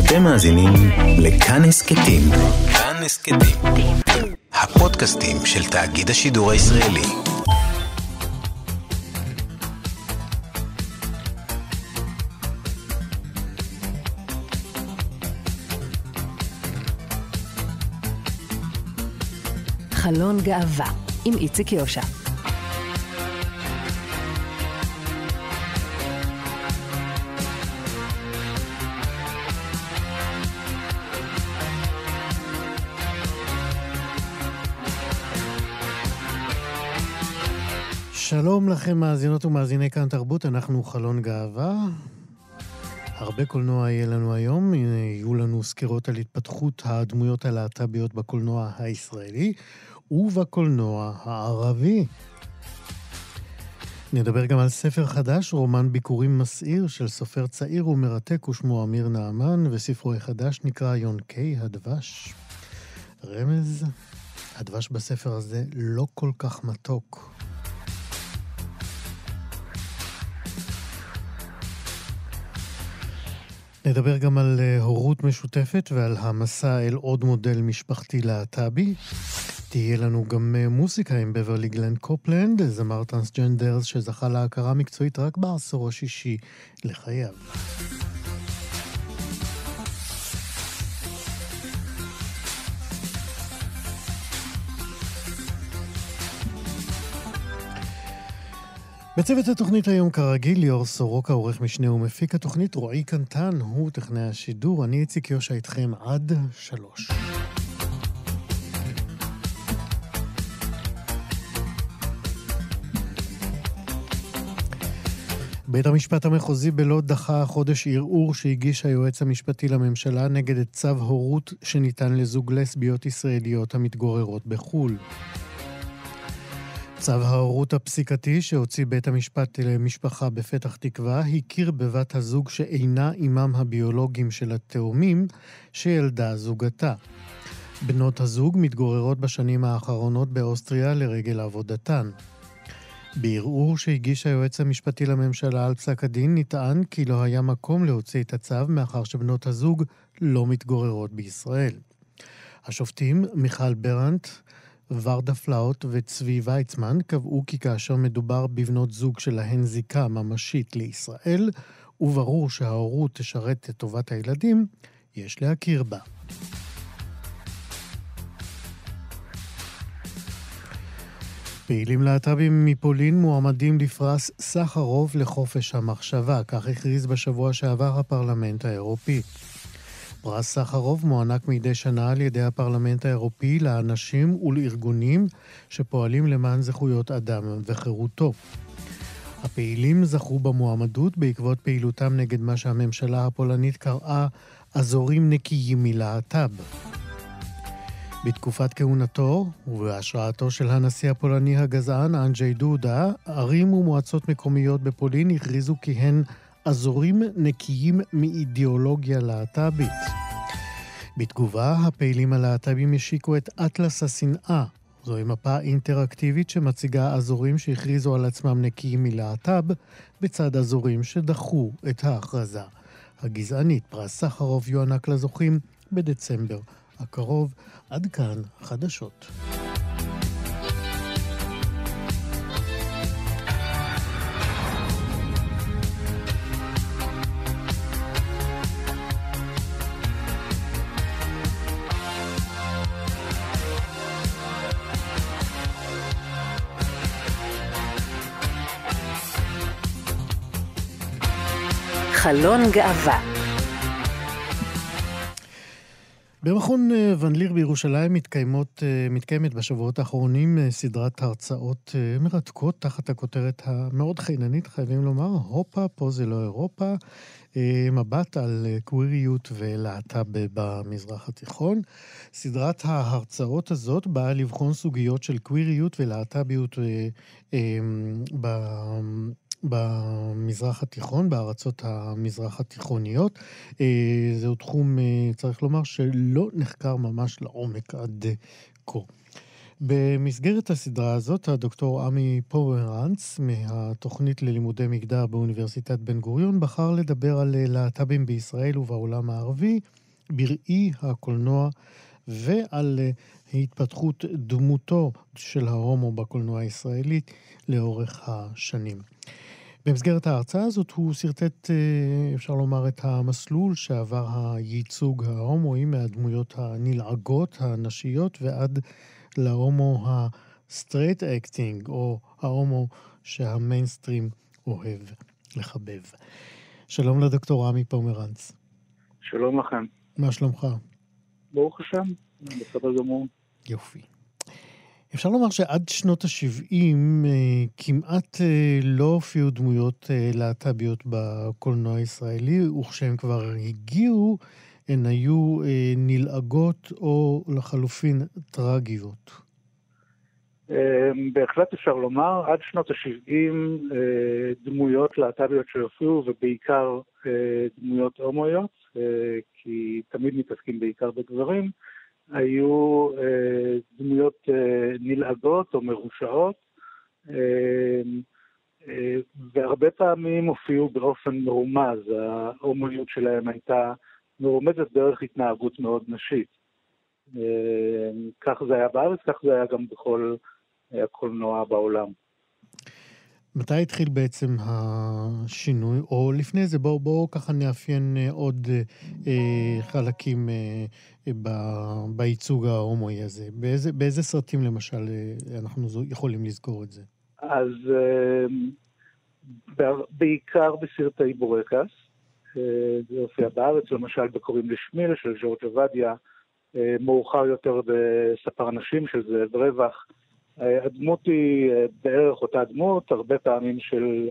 אתם מאזינים לכאן הסכתים. כאן הסכתים. הפודקאסטים של תאגיד השידור הישראלי. חלון גאווה עם איציק יושע. שלום לכם מאזינות ומאזיני כאן תרבות, אנחנו חלון גאווה. הרבה קולנוע יהיה לנו היום, יהיו לנו סקירות על התפתחות הדמויות הלהט"ביות בקולנוע הישראלי ובקולנוע הערבי. נדבר גם על ספר חדש, רומן ביקורים מסעיר של סופר צעיר ומרתק ושמו אמיר נעמן, וספרו החדש נקרא יונקי הדבש. רמז, הדבש בספר הזה לא כל כך מתוק. נדבר גם על הורות משותפת ועל המסע אל עוד מודל משפחתי להט"בי. תהיה לנו גם מוסיקה עם בברלי גלן קופלנד, זמר טרנסג'נדר שזכה להכרה מקצועית רק בעשור השישי לחייו. בצוות התוכנית היום כרגיל, ליאור סורוקה, עורך משנה ומפיק התוכנית, רועי קנטן, הוא טכנאי השידור, אני איציק יושע איתכם עד 3. בית המשפט המחוזי בלוד דחה החודש ערעור שהגיש היועץ המשפטי לממשלה נגד את צו הורות שניתן לזוג לסביות ישראליות המתגוררות בחו"ל. צו ההורות הפסיקתי שהוציא בית המשפט למשפחה בפתח תקווה הכיר בבת הזוג שאינה אימם הביולוגיים של התאומים שילדה זוגתה. בנות הזוג מתגוררות בשנים האחרונות באוסטריה לרגל עבודתן. בערעור שהגיש היועץ המשפטי לממשלה על פסק הדין נטען כי לא היה מקום להוציא את הצו מאחר שבנות הזוג לא מתגוררות בישראל. השופטים מיכל ברנט, ורדה פלאוט וצבי ויצמן קבעו כי כאשר מדובר בבנות זוג שלהן זיקה ממשית לישראל, וברור שההורות תשרת את טובת הילדים, יש להכיר בה. פעילים להט"בים מפולין מועמדים לפרס סחרוב לחופש המחשבה, כך הכריז בשבוע שעבר הפרלמנט האירופי. פרס סחרוב מוענק מדי שנה על ידי הפרלמנט האירופי לאנשים ולארגונים שפועלים למען זכויות אדם וחירותו. הפעילים זכו במועמדות בעקבות פעילותם נגד מה שהממשלה הפולנית קראה אזורים נקיים מלהט"ב. בתקופת כהונתו ובהשראתו של הנשיא הפולני הגזען אנג'י דודה, ערים ומועצות מקומיות בפולין הכריזו כי הן אזורים נקיים מאידיאולוגיה להט"בית. בתגובה, הפעילים הלהט"בים השיקו את אטלס השנאה. זוהי מפה אינטראקטיבית שמציגה אזורים שהכריזו על עצמם נקיים מלהט"ב, בצד אזורים שדחו את ההכרזה הגזענית. פרס סחרוב יוענק לזוכים בדצמבר הקרוב. עד כאן חדשות. חלון גאווה. במכון ון ליר בירושלים מתקיימת בשבועות האחרונים סדרת הרצאות מרתקות תחת הכותרת המאוד חיננית, חייבים לומר, הופה, פה זה לא אירופה, מבט על קוויריות ולהט"ב במזרח התיכון. סדרת ההרצאות הזאת באה לבחון סוגיות של קוויריות ולהט"ביות במזרח התיכון, בארצות המזרח התיכוניות. זהו תחום, צריך לומר, שלא נחקר ממש לעומק עד כה. במסגרת הסדרה הזאת, הדוקטור עמי פומרנץ, מהתוכנית ללימודי מגדר באוניברסיטת בן גוריון, בחר לדבר על להט"בים בישראל ובעולם הערבי, בראי הקולנוע, ועל התפתחות דמותו של ההומו בקולנוע הישראלית לאורך השנים. במסגרת ההרצאה הזאת הוא סרטט, אפשר לומר, את המסלול שעבר הייצוג ההומואי מהדמויות הנלעגות, הנשיות, ועד להומו הסטרייט אקטינג, או ההומו שהמיינסטרים אוהב לחבב. שלום לדוקטור עמי פומרנץ. שלום לכם. מה שלומך? ברוך השם, בסדר גמור. יופי. אפשר לומר שעד שנות ה-70 כמעט לא הופיעו דמויות להט"ביות בקולנוע הישראלי, וכשהם כבר הגיעו, הן היו נלעגות או לחלופין טרגיות. בהחלט אפשר לומר, עד שנות ה-70 דמויות להט"ביות שהופיעו, ובעיקר דמויות הומואיות, כי תמיד מתעסקים בעיקר בגברים, היו דמויות נלעגות או מרושעות, והרבה פעמים הופיעו באופן מרומז. ההומואיות שלהם הייתה מרומזת דרך התנהגות מאוד נשית. כך זה היה בארץ, כך זה היה גם בכל הקולנוע בעולם. מתי התחיל בעצם השינוי? או לפני זה, בואו ככה נאפיין עוד חלקים בייצוג ההומואי הזה. באיזה סרטים למשל אנחנו יכולים לזכור את זה? אז בעיקר בסרטי בורקס, זה הופיע בארץ, למשל בקוראים לשמיל של ז'ורג' עובדיה, מאוחר יותר בספר נשים של זאב רווח. הדמות היא בערך אותה דמות, הרבה פעמים של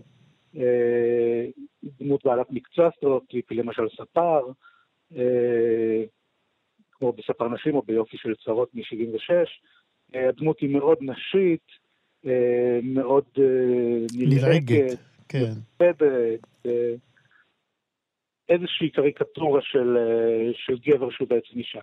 דמות בעלת מקצוע סטריאוטיפי, למשל ספר, כמו בספר נשים או ביופי של צרות מ-76. הדמות היא מאוד נשית, מאוד נלעגת, כן. איזושהי קריקטורה של גבר שהוא בעצם אישה.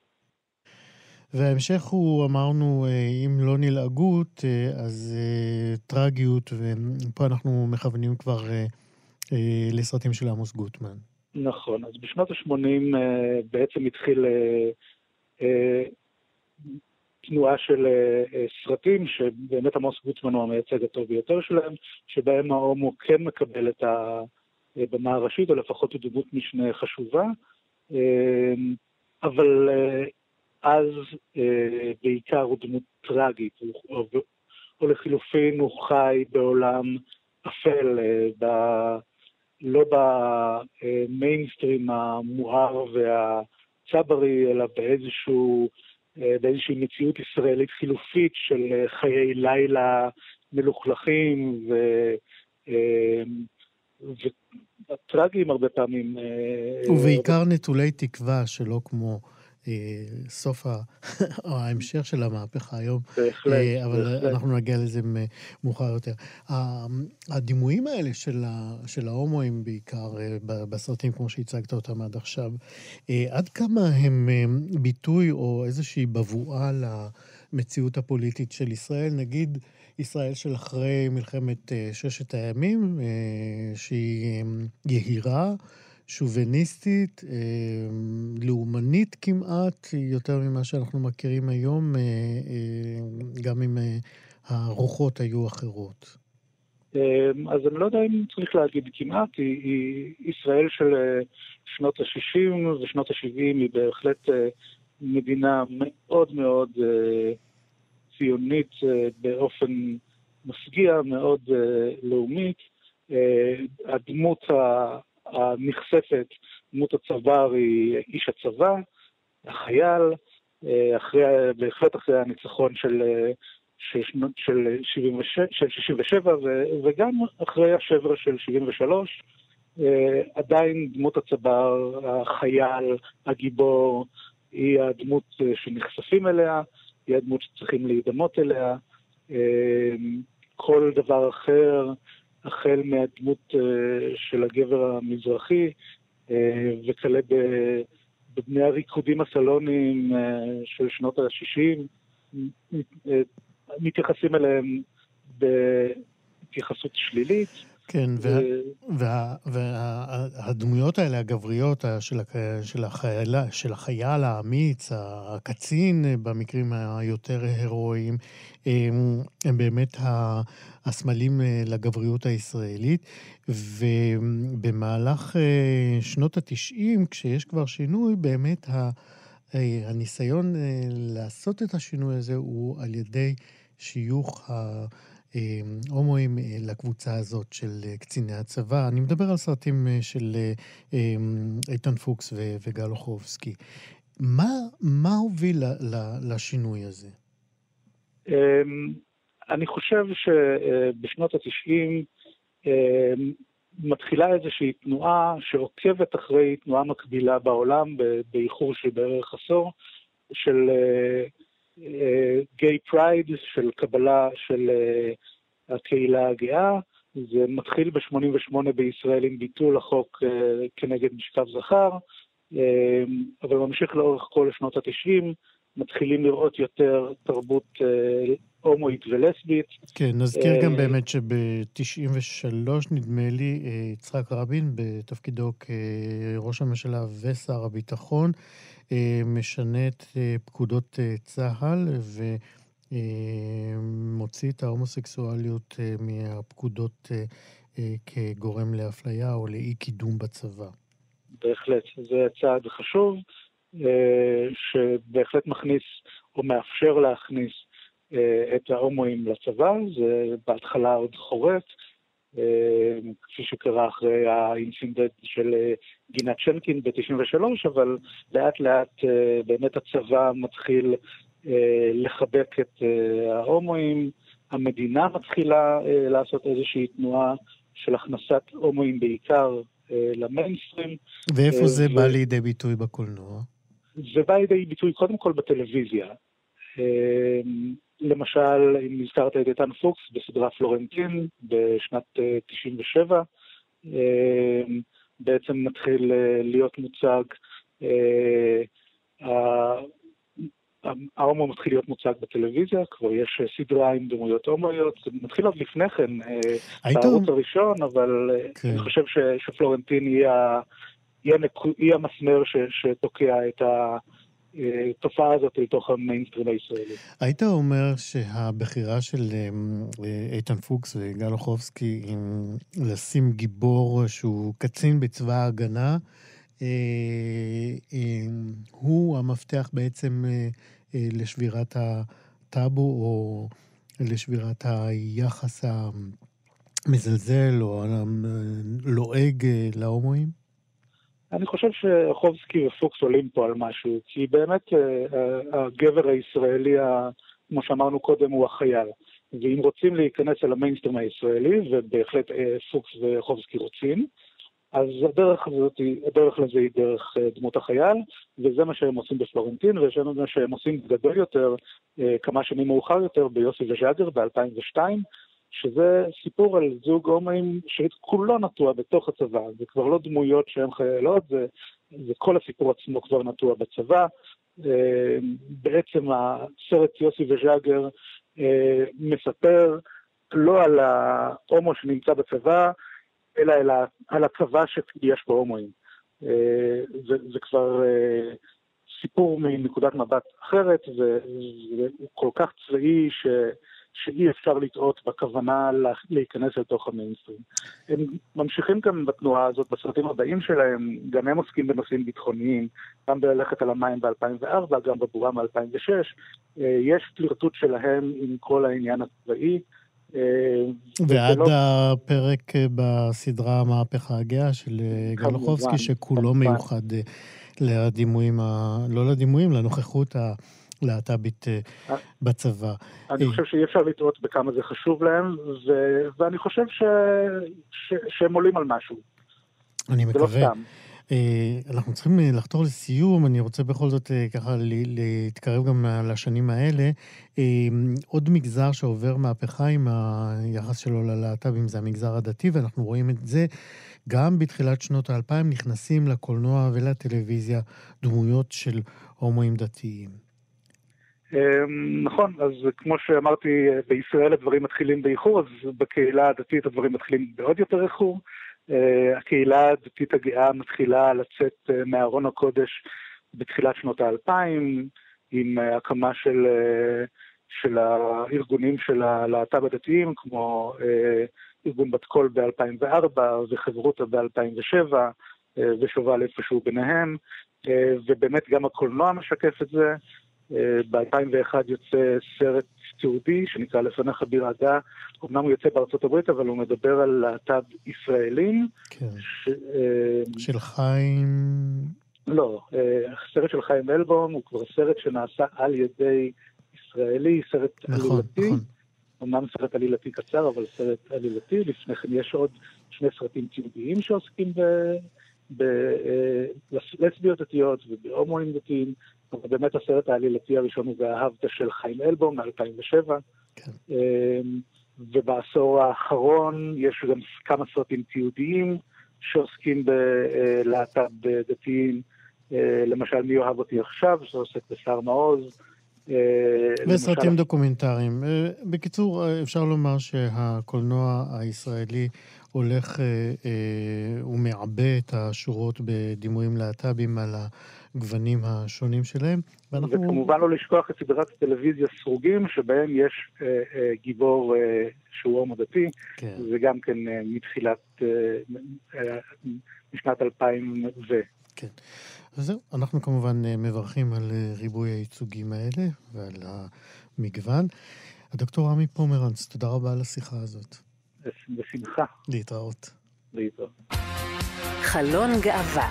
וההמשך הוא, אמרנו, אם לא נלעגות, אז טרגיות, ופה אנחנו מכוונים כבר לסרטים של עמוס גוטמן. נכון, אז בשנות ה-80 בעצם התחיל תנועה של סרטים, שבאמת עמוס גוטמן הוא המייצג הטוב ביותר שלהם, שבהם ההומו כן מקבל את הבמה הראשית, או לפחות את דמות משנה חשובה, אבל אז בעיקר הוא דמות טרגית, או לחילופין הוא חי בעולם אפל, לא במיינסטרים המואר והצברי, אלא באיזושהי מציאות ישראלית חילופית של חיי לילה מלוכלכים וטרגיים הרבה פעמים. ובעיקר נטולי תקווה, שלא כמו סוף או ההמשך של המהפכה היום. בהחלט. אבל אנחנו נגיע לזה מאוחר יותר. הדימויים האלה של ההומואים בעיקר בסרטים כמו שהצגת אותם עד עכשיו, עד כמה הם ביטוי או איזושהי בבואה למציאות הפוליטית של ישראל? נגיד ישראל של אחרי מלחמת ששת הימים, שהיא יהירה, שוביניסטית, לאומנית כמעט, יותר ממה שאנחנו מכירים היום, גם אם הרוחות היו אחרות. אז אני לא יודע אם צריך להגיד כמעט, היא ישראל של שנות ה-60 ושנות ה-70, היא בהחלט מדינה מאוד מאוד ציונית באופן מפגיע, מאוד לאומית. הדמות הנחשפת, דמות הצבר היא איש הצבא, החייל, בהחלט אחרי הניצחון של 67 וגם אחרי השבר של 73, עדיין דמות הצבר, החייל, הגיבור, היא הדמות שנחשפים אליה, היא הדמות שצריכים להידמות אליה. כל דבר אחר, החל מהדמות של הגבר המזרחי, וכלה בבני הריקודים הסלוניים של שנות ה-60, מתייחסים אליהם בהתייחסות שלילית. כן, והדמויות האלה, הגבריות של החייל האמיץ, הקצין במקרים היותר הירואיים, הם באמת הסמלים לגבריות הישראלית, ובמהלך שנות ה-90, כשיש כבר שינוי, באמת הניסיון לעשות את השינוי הזה הוא על ידי שיוך הומואים לקבוצה הזאת של קציני הצבא. אני מדבר על סרטים של איתן פוקס וגל אוחובסקי. מה הוביל לשינוי הזה? אני חושב שבשנות ה-90 מתחילה איזושהי תנועה שעוקבת אחרי תנועה מקבילה בעולם, באיחור של בערך עשור, של גיי פרייד, של קבלה של הקהילה הגאה. זה מתחיל ב-88 בישראל עם ביטול החוק כנגד משכב זכר, אבל ממשיך לאורך כל שנות ה-90, מתחילים לראות יותר תרבות הומואית ולסבית. כן, נזכיר גם באמת שב-93 נדמה לי יצחק רבין בתפקידו כראש הממשלה ושר הביטחון משנה את פקודות צה"ל ומוציא את ההומוסקסואליות מהפקודות כגורם לאפליה או לאי קידום בצבא. בהחלט, זה צעד חשוב שבהחלט מכניס או מאפשר להכניס את ההומואים לצבא. זה בהתחלה עוד חורט, כפי שקרה אחרי האינסידנט של גינת שנקין ב-93, אבל לאט לאט באמת הצבא מתחיל לחבק את ההומואים, המדינה מתחילה לעשות איזושהי תנועה של הכנסת הומואים בעיקר למיינסטרים. ואיפה זה בא לידי ביטוי בקולנוע? זה בא לידי ביטוי קודם כל בטלוויזיה. למשל, אם נזכרת את איתן פוקס בסדרה פלורנטין בשנת 97, בעצם מתחיל להיות מוצג, ההומו מתחיל להיות מוצג בטלוויזיה, כבר יש סדרה עם דמויות הומואיות, זה מתחיל עוד לפני כן, בערוץ הראשון, אבל אני חושב שפלורנטין היא המסמר שתוקע את התופעה הזאת לתוך המיינסטרים הישראלי. היית אומר שהבחירה של איתן פוקס וגל אוחובסקי לשים גיבור שהוא קצין בצבא ההגנה, הוא המפתח בעצם לשבירת הטאבו או לשבירת היחס המזלזל או הלועג להומואים? אני חושב שאוחובסקי ופוקס עולים פה על משהו, כי באמת הגבר הישראלי, כמו שאמרנו קודם, הוא החייל. ואם רוצים להיכנס אל המיינסטרים הישראלי, ובהחלט פוקס ואוחובסקי רוצים, אז הדרך לזה היא דרך דמות החייל, וזה מה שהם עושים בפלורנטין, וזה מה שהם עושים גדול יותר, כמה שנים מאוחר יותר, ביוסי וז'אגר ב-2002, שזה סיפור על זוג הומואים שכולו נטוע בתוך הצבא, זה כבר לא דמויות שהן חיילות, זה כל הסיפור עצמו כבר נטוע בצבא. בעצם הסרט יוסי וז'אגר מספר לא על ההומו שנמצא בצבא, אלא על הצבא שיש בו הומואים. זה כבר סיפור מנקודת מבט אחרת, והוא כל כך צבאי שאי אפשר לטעות בכוונה להיכנס לתוך המיינסטרים. הם ממשיכים גם בתנועה הזאת, בסרטים הבאים שלהם, גם הם עוסקים בנושאים ביטחוניים, גם בלכת על המים ב-2004, גם בבורה מ-2006, יש פלירטוט שלהם עם כל העניין הצבאי, ועד הפרק בסדרה המהפכה הגאה של גל אוחובסקי, שכולו מיוחד לדימויים, לא לדימויים, לנוכחות הלהט"בית בצבא. אני חושב שאי אפשר לטעות בכמה זה חשוב להם, ואני חושב שהם עולים על משהו. אני מקווה. אנחנו צריכים לחתור לסיום, אני רוצה בכל זאת ככה להתקרב גם לשנים האלה. עוד מגזר שעובר מהפכה עם היחס שלו ללהט"בים זה המגזר הדתי, ואנחנו רואים את זה גם בתחילת שנות ה-2000 נכנסים לקולנוע ולטלוויזיה דמויות של הומואים דתיים. נכון, אז כמו שאמרתי, בישראל הדברים מתחילים באיחור, אז בקהילה הדתית הדברים מתחילים בעוד יותר איחור. הקהילה הדתית הגאה מתחילה לצאת מארון הקודש בתחילת שנות ה-2000, עם הקמה של הארגונים של הלהט"ב הדתיים, כמו ארגון בת קול ב-2004 וחברותה ב-2007, ושובל איפשהו ביניהם, ובאמת גם הקולנוע משקף את זה. ב-2001 יוצא סרט תיעודי שנקרא לפניך בירעדה, אמנם הוא יוצא בארצות הברית, אבל הוא מדבר על להט"ב ישראלים. כן. של חיים... לא, הסרט של חיים אלבום הוא כבר סרט שנעשה על ידי ישראלי, סרט עלילתי. נכון. אמנם סרט עלילתי קצר, אבל סרט עלילתי. לפני כן יש עוד 2 סרטים תיעודיים שעוסקים בלסביות דתיות ובהומואים דתיים, אבל באמת הסרט העלילתי הראשון הוא ואהבת של חיים אלבום מ-2007, כן. ובעשור האחרון יש גם כמה סרטים תיעודיים שעוסקים בלהט"ב דתיים, למשל מי אוהב אותי עכשיו, שעוסק בשר מעוז, וסרטים דוקומנטריים. בקיצור, אפשר לומר שהקולנוע הישראלי הולך ומעבה את השורות בדימויים להט"בים על הגוונים השונים שלהם. וכמובן לא לשכוח את סדרת הטלוויזיה סרוגים, שבהם יש גיבור שהוא הומו דתי, כן. וגם כן מתחילת משנת 2000 כן. אז זהו, אנחנו כמובן מברכים על ריבוי הייצוגים האלה ועל המגוון. הדוקטור עמי פומרנץ, תודה רבה על השיחה הזאת. בשמחה. להתראות. להתראות. חלון גאווה.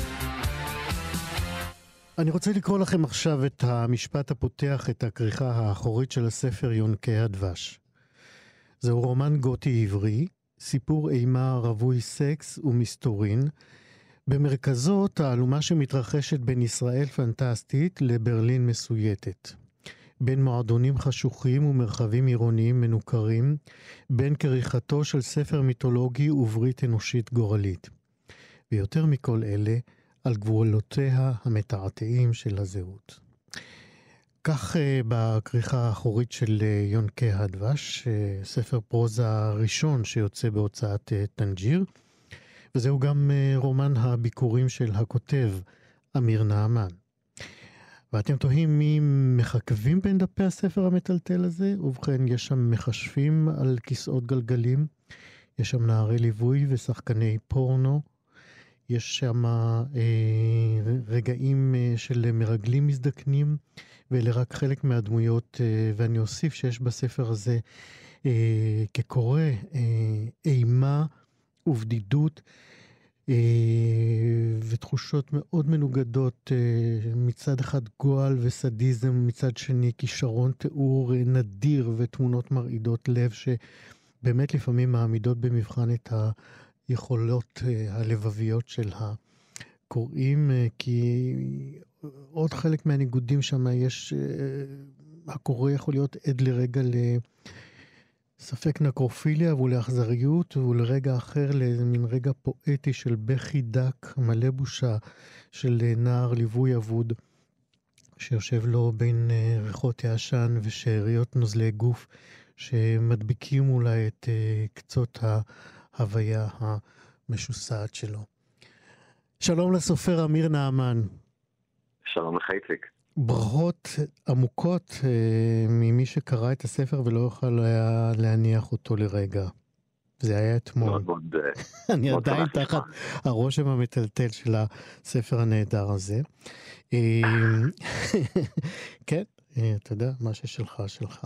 אני רוצה לקרוא לכם עכשיו את המשפט הפותח את הכריכה האחורית של הספר יונקי הדבש. זהו רומן גותי עברי, סיפור אימה רווי סקס ומסתורין, במרכזו תעלומה שמתרחשת בין ישראל פנטסטית לברלין מסויטת. בין מועדונים חשוכים ומרחבים עירוניים מנוכרים, בין כריכתו של ספר מיתולוגי וברית אנושית גורלית. ויותר מכל אלה, על גבולותיה המתעתעים של הזהות. כך בכריכה האחורית של יונקי הדבש, ספר פרוזה ראשון שיוצא בהוצאת טנג'יר, וזהו גם רומן הביקורים של הכותב אמיר נעמן. ואתם תוהים מי מחכבים בין דפי הספר המטלטל הזה? ובכן, יש שם מחשבים על כיסאות גלגלים, יש שם נערי ליווי ושחקני פורנו, יש שם רגעים של מרגלים מזדקנים, ואלה רק חלק מהדמויות, ואני אוסיף שיש בספר הזה כקורא אימה ובדידות ותחושות מאוד מנוגדות, מצד אחד גועל וסדיזם, מצד שני כישרון תיאור נדיר ותמונות מרעידות לב שבאמת לפעמים מעמידות במבחן את היכולות הלבביות של הקוראים, כי עוד חלק מהניגודים שם יש, הקורא יכול להיות עד לרגע ספק נקרופיליה ולאכזריות, ולרגע אחר למין רגע פואטי של בכי דק מלא בושה של נער ליווי אבוד שיושב לו בין ריחות העשן ושאריות נוזלי גוף שמדביקים אולי את קצות ההוויה המשוסעת שלו. שלום לסופר אמיר נעמן. שלום לך איציק. ברכות עמוקות ממי שקרא את הספר ולא יוכל היה להניח אותו לרגע. זה היה אתמול. אני עדיין תחת הרושם המטלטל של הספר הנהדר הזה. כן, אתה יודע, מה ששלך, שלך.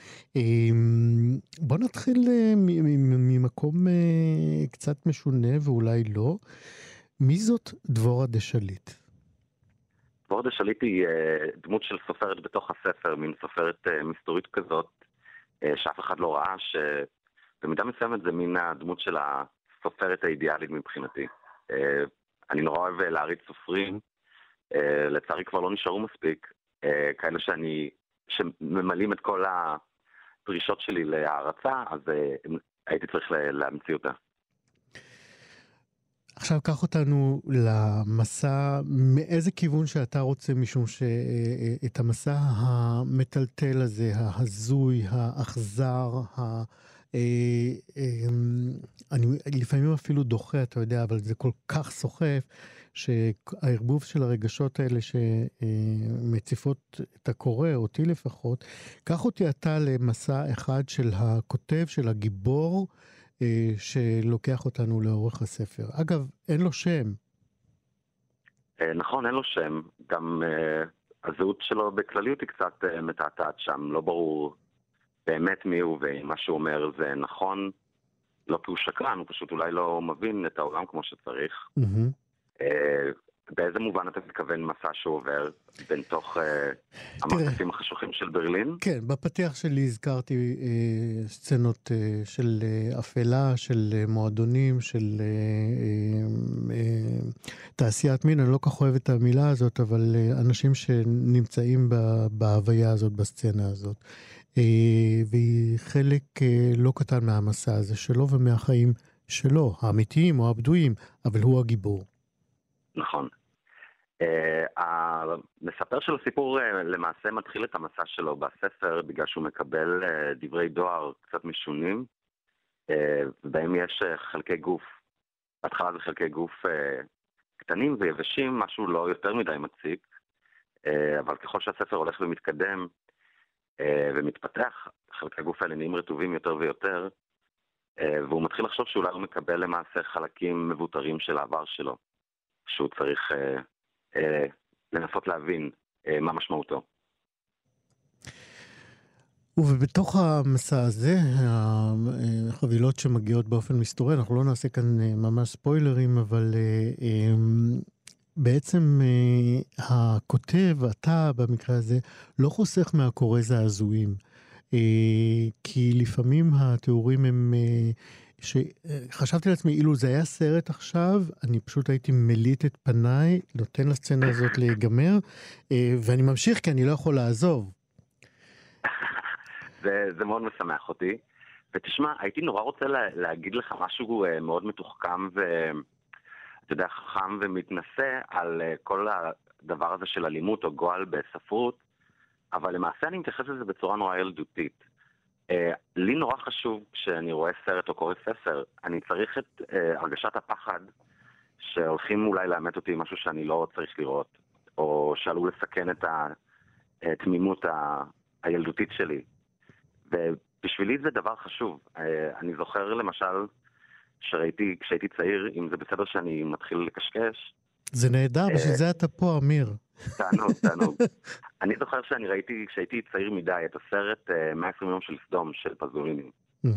בוא נתחיל ממקום קצת משונה ואולי לא. מי זאת דבורה דשליט? דבורה דשליט היא דמות של סופרת בתוך הספר, מין סופרת מסתורית כזאת, שאף אחד לא ראה, שבמידה מסוימת זה מין הדמות של הסופרת האידיאלית מבחינתי. אני נורא אוהב להריץ סופרים, לצערי כבר לא נשארו מספיק, כאלה שממלאים את כל הדרישות שלי להערצה, אז הייתי צריך להמציא אותה. עכשיו קח אותנו למסע, מאיזה כיוון שאתה רוצה, משום שאת המסע המטלטל הזה, ההזוי, האכזר, אני לפעמים אפילו דוחה, אתה יודע, אבל זה כל כך סוחף, שהערבוב של הרגשות האלה שמציפות את הקורא, אותי לפחות, קח אותי אתה למסע אחד של הכותב, של הגיבור, שלוקח אותנו לאורך הספר. אגב, אין לו שם. נכון, אין לו שם. גם הזהות שלו בכלליות היא קצת מתעתעת שם. לא ברור באמת מי הוא, ומה שהוא אומר זה נכון. לא כי הוא שקרן, הוא פשוט אולי לא מבין את העולם כמו שצריך. באיזה מובן אתה מתכוון מסע שהוא עובר בין תוך המרתפים החשוכים של ברלין? כן, בפתיח שלי הזכרתי סצנות של אפלה, של מועדונים, של תעשיית מין. אני לא כך אוהב את המילה הזאת, אבל אנשים שנמצאים בהוויה הזאת, בסצנה הזאת. והיא חלק לא קטן מהמסע הזה שלו ומהחיים שלו, האמיתיים או הבדויים, אבל הוא הגיבור. נכון. המספר של הסיפור למעשה מתחיל את המסע שלו בספר בגלל שהוא מקבל דברי דואר קצת משונים, בהם יש חלקי גוף. בהתחלה זה חלקי גוף קטנים ויבשים, משהו לא יותר מדי מציק, אבל ככל שהספר הולך ומתקדם ומתפתח, חלקי הגוף האלה נהיים רטובים יותר ויותר, והוא מתחיל לחשוב שאולי הוא מקבל למעשה חלקים מבוטרים של העבר שלו, שהוא צריך לנסות להבין מה משמעותו. ובתוך המסע הזה, החבילות שמגיעות באופן מסתורי, אנחנו לא נעשה כאן ממש ספוילרים, אבל בעצם הכותב, אתה במקרה הזה, לא חוסך מהקורא זעזועים, כי לפעמים התיאורים הם שחשבתי לעצמי, אילו זה היה סרט עכשיו, אני פשוט הייתי מליט את פניי, נותן לסצנה הזאת להיגמר, ואני ממשיך כי אני לא יכול לעזוב. זה מאוד משמח אותי. ותשמע, הייתי נורא רוצה להגיד לך משהו מאוד מתוחכם ואתה יודע, חכם ומתנסה על כל הדבר הזה של אלימות או גועל בספרות, אבל למעשה אני מתייחס לזה בצורה נורא ילדותית. לי נורא חשוב כשאני רואה סרט או קורא ספר, אני צריך את הרגשת הפחד שהולכים אולי לאמת אותי משהו שאני לא צריך לראות, או שעלול לסכן את התמימות הילדותית שלי. ובשבילי זה דבר חשוב. אני זוכר למשל שראיתי כשהייתי צעיר, אם זה בסדר שאני מתחיל לקשקש. זה נהדר, בשביל זה אתה פה, אמיר. תענוג. אני זוכר שאני ראיתי כשהייתי צעיר מדי את הסרט 120 יום של סדום של פזוליני.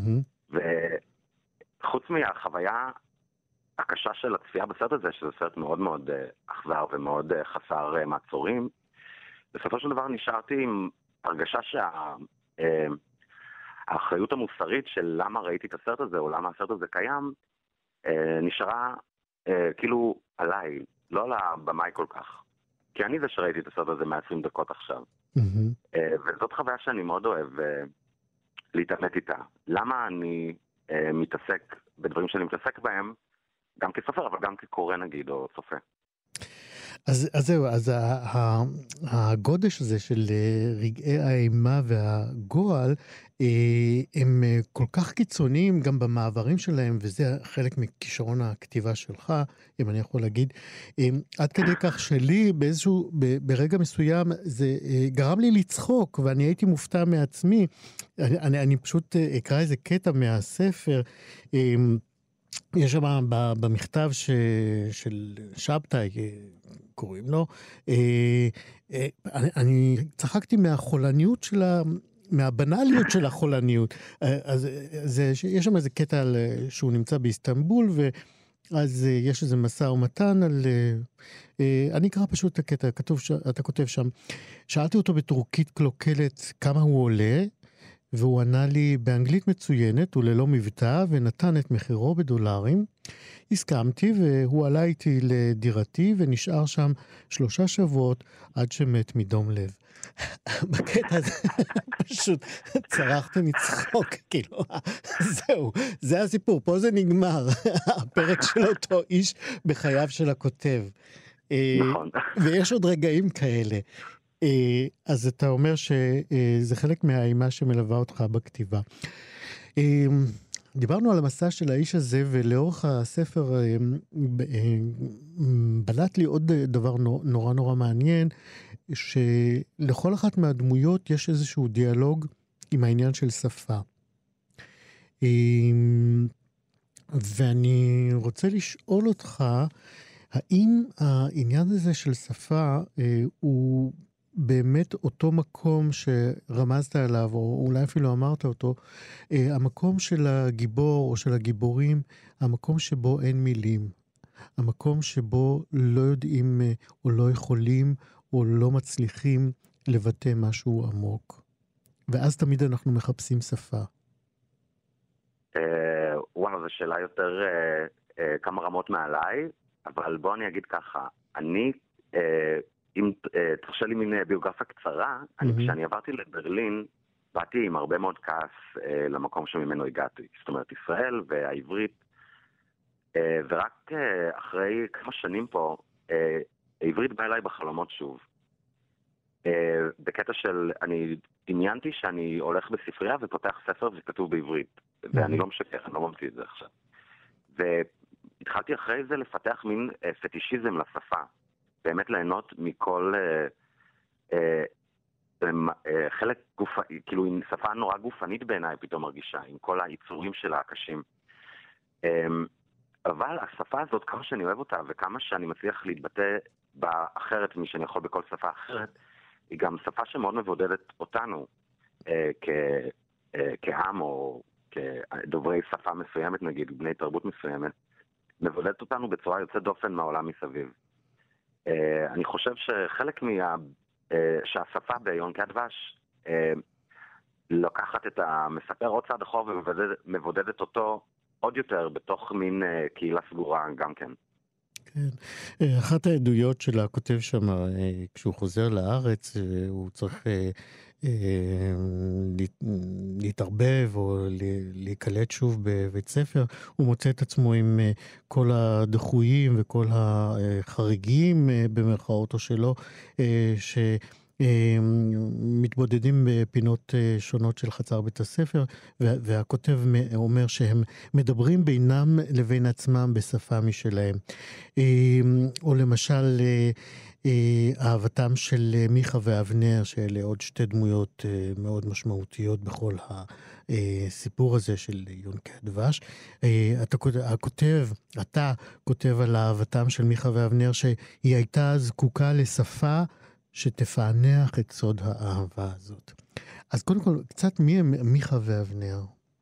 וחוץ מהחוויה הקשה של הצפייה בסרט הזה, שזה סרט מאוד מאוד אכזר ומאוד חסר מעצורים, בסופו של דבר נשארתי עם הרגשה שהאחריות המוסרית של למה ראיתי את הסרט הזה או למה הסרט הזה קיים, נשארה כאילו עליי, לא על הבמאי כל כך. כי אני זה שראיתי את הסרט הזה 120 דקות עכשיו. וזאת חוויה שאני מאוד אוהב להתעמת איתה. למה אני מתעסק בדברים שאני מתעסק בהם, גם כסופר, אבל גם כקורא נגיד, או צופה. אז זהו, אז הגודש הזה של רגעי האימה והגועל, הם כל כך קיצוניים גם במעברים שלהם, וזה חלק מכישרון הכתיבה שלך, אם אני יכול להגיד, עד כדי כך שלי ברגע מסוים זה גרם לי לצחוק, ואני הייתי מופתע מעצמי. אני פשוט אקרא איזה קטע מהספר, יש שם במכתב של שבתאי, קוראים לו, אני צחקתי מהחולניות שלה, מהבנליות של החולניות. אז יש שם איזה קטע שהוא נמצא באיסטנבול, ואז יש איזה מסע ומתן על... אני אקרא פשוט את הקטע, אתה כותב שם, שאלתי אותו בטורקית קלוקלת כמה הוא עולה, והוא ענה לי באנגלית מצוינת וללא מבטא, ונתן את מחירו בדולרים. הסכמתי, והוא עלה איתי לדירתי, ונשאר שם 3 שבועות עד שמת מדום לב. בקטע הזה פשוט צרחתי מצחוק, כאילו, זהו, זה הסיפור, פה זה נגמר, הפרק של אותו איש בחייו של הכותב. נכון. ויש עוד רגעים כאלה. אז אתה אומר שזה חלק מהאימה שמלווה אותך בכתיבה. דיברנו על המסע של האיש הזה, ולאורך הספר בלט לי עוד דבר נורא נורא מעניין, שלכל אחת מהדמויות יש איזשהו דיאלוג עם העניין של שפה. ואני רוצה לשאול אותך, האם העניין הזה של שפה הוא באמת אותו מקום שרמזת עליו, או אולי אפילו אמרת אותו, המקום של הגיבור או של הגיבורים, המקום שבו אין מילים, המקום שבו לא יודעים או לא יכולים או לא מצליחים לבטא משהו עמוק. ואז תמיד אנחנו מחפשים שפה. וואו, זו שאלה יותר כמה רמות מעליי, אבל בוא אני אגיד ככה, אני, אם תרשה לי מין ביוגרפיה קצרה, כשאני עברתי לברלין, באתי עם הרבה מאוד כעס למקום שממנו הגעתי, זאת אומרת ישראל והעברית, ורק אחרי כמה שנים פה, העברית באה אליי בחלומות שוב. בקטע של, אני דמיינתי שאני הולך בספרייה ופותח ספר וכתוב בעברית, ואני לא משקר, אני לא ממציא את זה עכשיו. והתחלתי אחרי זה לפתח מין פטישיזם לשפה, באמת ליהנות מכל חלק גופני, כאילו עם שפה נורא גופנית בעיניי פתאום מרגישה, עם כל היצורים שלה הקשים. אבל השפה הזאת, כמה שאני אוהב אותה וכמה שאני מצליח להתבטא בה אחרת משאני יכול בכל שפה אחרת, היא גם שפה שמאוד מבודדת אותנו כעם או כדוברי שפה מסוימת, נגיד בני תרבות מסוימת, מבודדת אותנו בצורה יוצאת דופן מהעולם מסביב. אני חושב שחלק שהשפה ביונקי הדבש לוקחת את המספר עוד צעד אחור ומבודדת אותו עוד יותר בתוך מין קהילה סגורה גם כן. כן. אחת העדויות של הכותב שם, כשהוא חוזר לארץ, הוא צריך להתערבב או להיקלט שוב בבית ספר, הוא מוצא את עצמו עם כל הדחויים וכל החריגים במרכאות או שלו, מתבודדים בפינות שונות של חצר בית הספר, והכותב אומר שהם מדברים בינם לבין עצמם בשפה משלהם. או למשל אהבתם של מיכה ואבנר, שאלה עוד 2 דמויות מאוד משמעותיות בכל הסיפור הזה של יונקי הדבש. אתה כותב על אהבתם של מיכה ואבנר, שהיא הייתה זקוקה לשפה שתפענח את סוד האהבה הזאת. אז קודם כל, קצת מי הם מיכה ואבנר?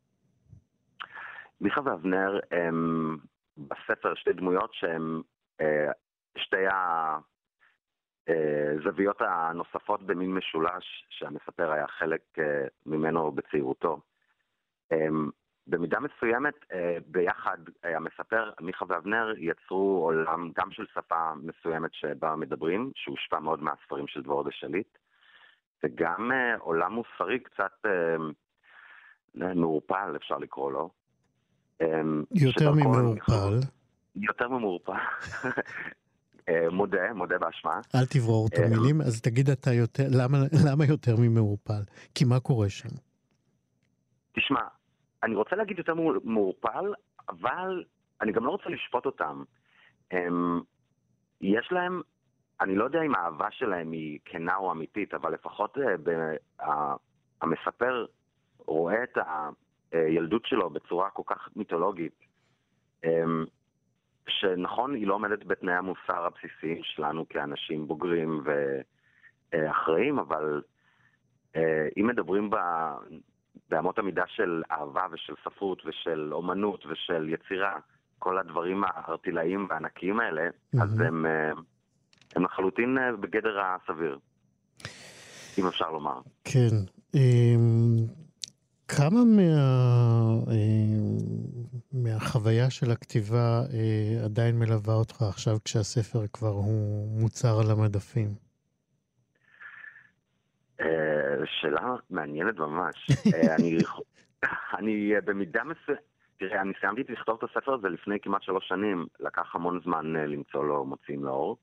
מיכה ואבנר הם בספר 2 דמויות שהם 2 הזוויות הנוספות במין משולש שהמספר היה חלק ממנו בצעירותו. במידה מסוימת, ביחד המספר, מיכה ואבנר, יצרו עולם גם של שפה מסוימת שבה מדברים, שהושפע מאוד מהספרים של דבורה שליט, וגם עולם מוסרי קצת מעורפל, אפשר לקרוא לו. יותר ממעורפל. יותר ממעורפל. מודה באשמה. אל תברור את המילים, אז תגיד אתה יותר, למה יותר ממעורפל? כי מה קורה שם? תשמע, אני רוצה להגיד יותר מעורפל, אבל אני גם לא רוצה לשפוט אותם. יש להם, אני לא יודע אם האהבה שלהם היא כנה או אמיתית, אבל לפחות המספר רואה את הילדות שלו בצורה כל כך מיתולוגית, שנכון, היא לא עומדת בתנאי המוסר הבסיסיים שלנו כאנשים בוגרים ואחראים, אבל אם מדברים באמות המידה של אהבה ושל ספרות ושל אומנות ושל יצירה, כל הדברים הארטילאיים והענקיים האלה, אז הם לחלוטין בגדר הסביר, אם אפשר לומר. כן. כמה מהחוויה של הכתיבה עדיין מלווה אותך עכשיו כשהספר כבר הוא מוצר על המדפים? שאלה מעניינת ממש. אני במידה מסוימת, תראה, אני סיימתי לכתוב את הספר הזה לפני כמעט 3 שנים, לקח המון זמן למצוא לו מוציאים לאור.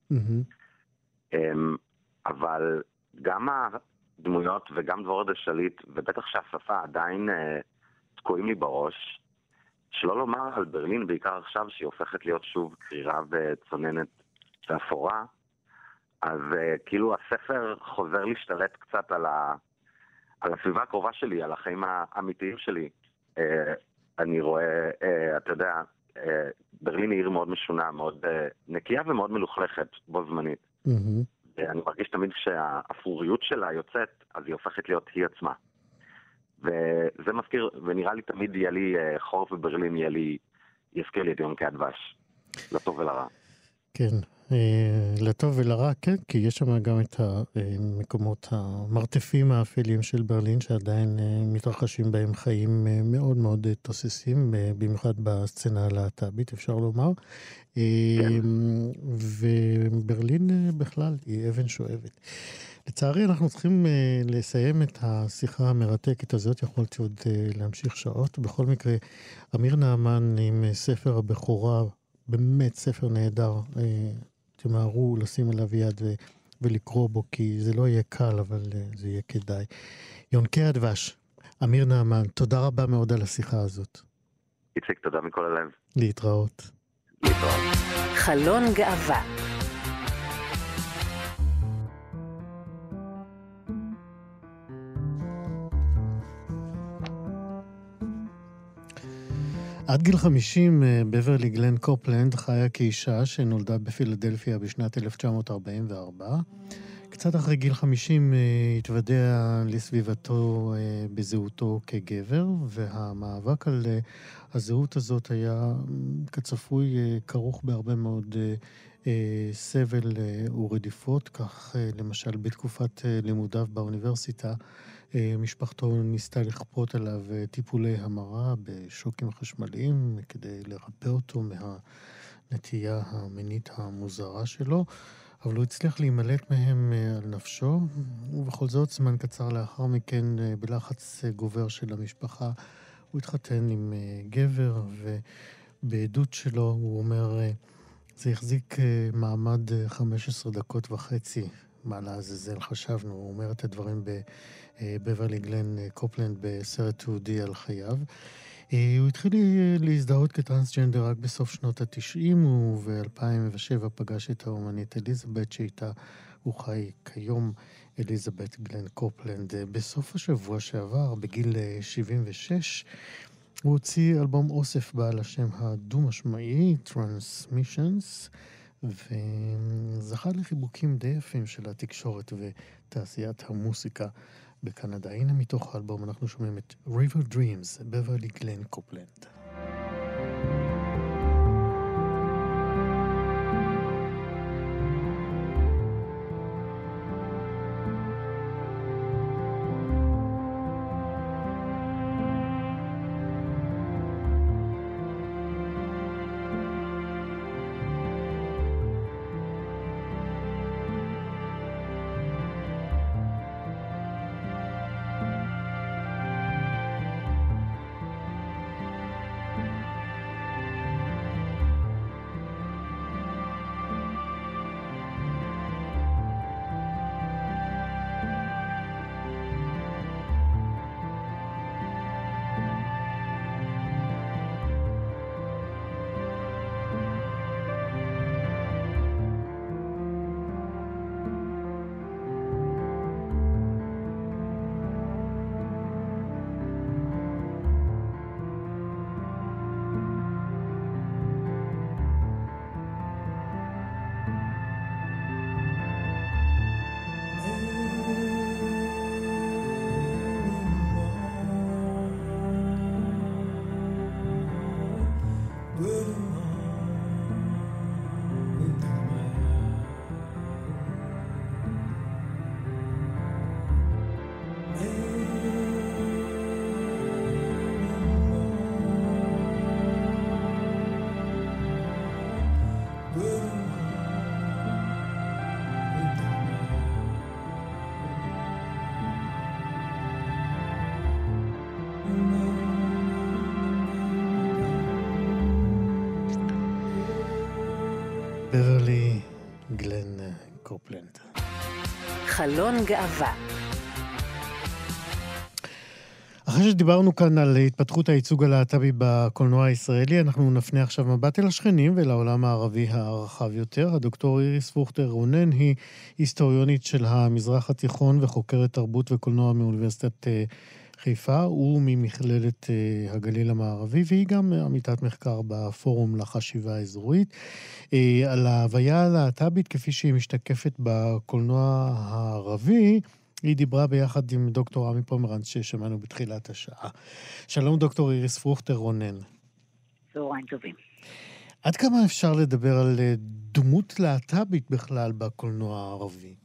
אבל גם הדמויות וגם דבורה שליט, ובטח שהשפה עדיין תקועים לי בראש, שלא לומר על ברלין, בעיקר עכשיו שהיא הופכת להיות שוב קרירה וצוננת ואפורה, אז כאילו הספר חוזר להשתלט קצת על הסביבה הקרובה שלי, על החיים האמיתיים שלי. אני רואה, אתה יודע, ברלין היא עיר מאוד משונה, מאוד נקייה ומאוד מלוכלכת בו זמנית. אני מרגיש תמיד שהאפוריות שלה יוצאת, אז היא הופכת להיות היא עצמה. וזה מזכיר, ונראה לי תמיד יהיה לי חורף בברלין, יזכיר לי את יונקי הדבש, לטוב ולרע. כן, לטוב ולרע, כן, כי יש שם גם את המקומות המרתפים האפלים של ברלין, שעדיין מתרחשים בהם חיים מאוד מאוד תוססים, במיוחד בסצנה הלהט"בית, אפשר לומר. וברלין בכלל היא אבן שואבת. לצערי אנחנו צריכים לסיים את השיחה המרתקת הזאת, יכולתי עוד להמשיך שעות. בכל מקרה, אמיר נעמן עם ספר הבכורה, באמת ספר נהדר, תמהרו לשים עליו יד ולקרוא בו, כי זה לא יהיה קל, אבל זה יהיה כדאי. יונקי הדבש, אמיר נעמן, תודה רבה מאוד על השיחה הזאת. איציק, תודה מכל הלב. להתראות. חלון גאווה. עד גיל 50, בברלי גלן קופלנד חיה כאישה שנולדה בפילדלפיה בשנת 1944. קצת אחרי גיל 50 התוודע לסביבתו בזהותו כגבר, והמאבק על הזהות הזאת היה כצפוי כרוך בהרבה מאוד סבל ורדיפות. כך למשל בתקופת לימודיו באוניברסיטה, משפחתו ניסתה לכפות עליו טיפולי המרה בשוקים חשמליים כדי לרפא אותו מהנטייה המינית המוזרה שלו, אבל הוא הצליח להימלט מהם על נפשו, ובכל זאת זמן קצר לאחר מכן בלחץ גובר של המשפחה הוא התחתן עם גבר, ובעדות שלו הוא אומר זה החזיק מעמד 15 דקות וחצי, מה לעזאזל חשבנו. הוא אומר את הדברים בברלי גלן קופלנד בסרט תיעודי על חייו. הוא התחיל להזדהות כטרנסג'נדר רק בסוף שנות ה-90, וב-2007 פגש את האומנית אליזבת שאיתה הוא חי כיום, אליזבת גלן קופלנד. בסוף השבוע שעבר, בגיל 76, הוא הוציא אלבום אוסף בעל השם הדו-משמעי, Transmissions, וזכה לחיבוקים די יפים של התקשורת ותעשיית המוסיקה בקנדה. הנה מתוך האלבום אנחנו שומעים את River Dreams, בברלי גלן קופלנד. בברלי גלן קופלנד. חלון גאווה. אחרי שדיברנו כאן על התפתחות הייצוג הלהט"בי בקולנוע הישראלי, אנחנו נפנה עכשיו מבט אל השכנים ולעולם הערבי הרחב יותר. הדוקטור איריס פרוכטר רונן היא היסטוריונית של המזרח התיכון וחוקרת תרבות וקולנוע מאוניברסיטת חיפה וממכללת הגליל המערבי, והיא גם עמיתת מחקר בפורום לחשיבה האזורית. על ההוויה הלהט"בית כפי שהיא משתקפת בקולנוע הערבי, היא דיברה ביחד עם דוקטור עמי פומרנץ ששמענו בתחילת השעה. שלום דוקטור איריס פרוכטר רונן. צהריים טובים. עד כמה אפשר לדבר על דמות להט"בית בכלל בקולנוע הערבי?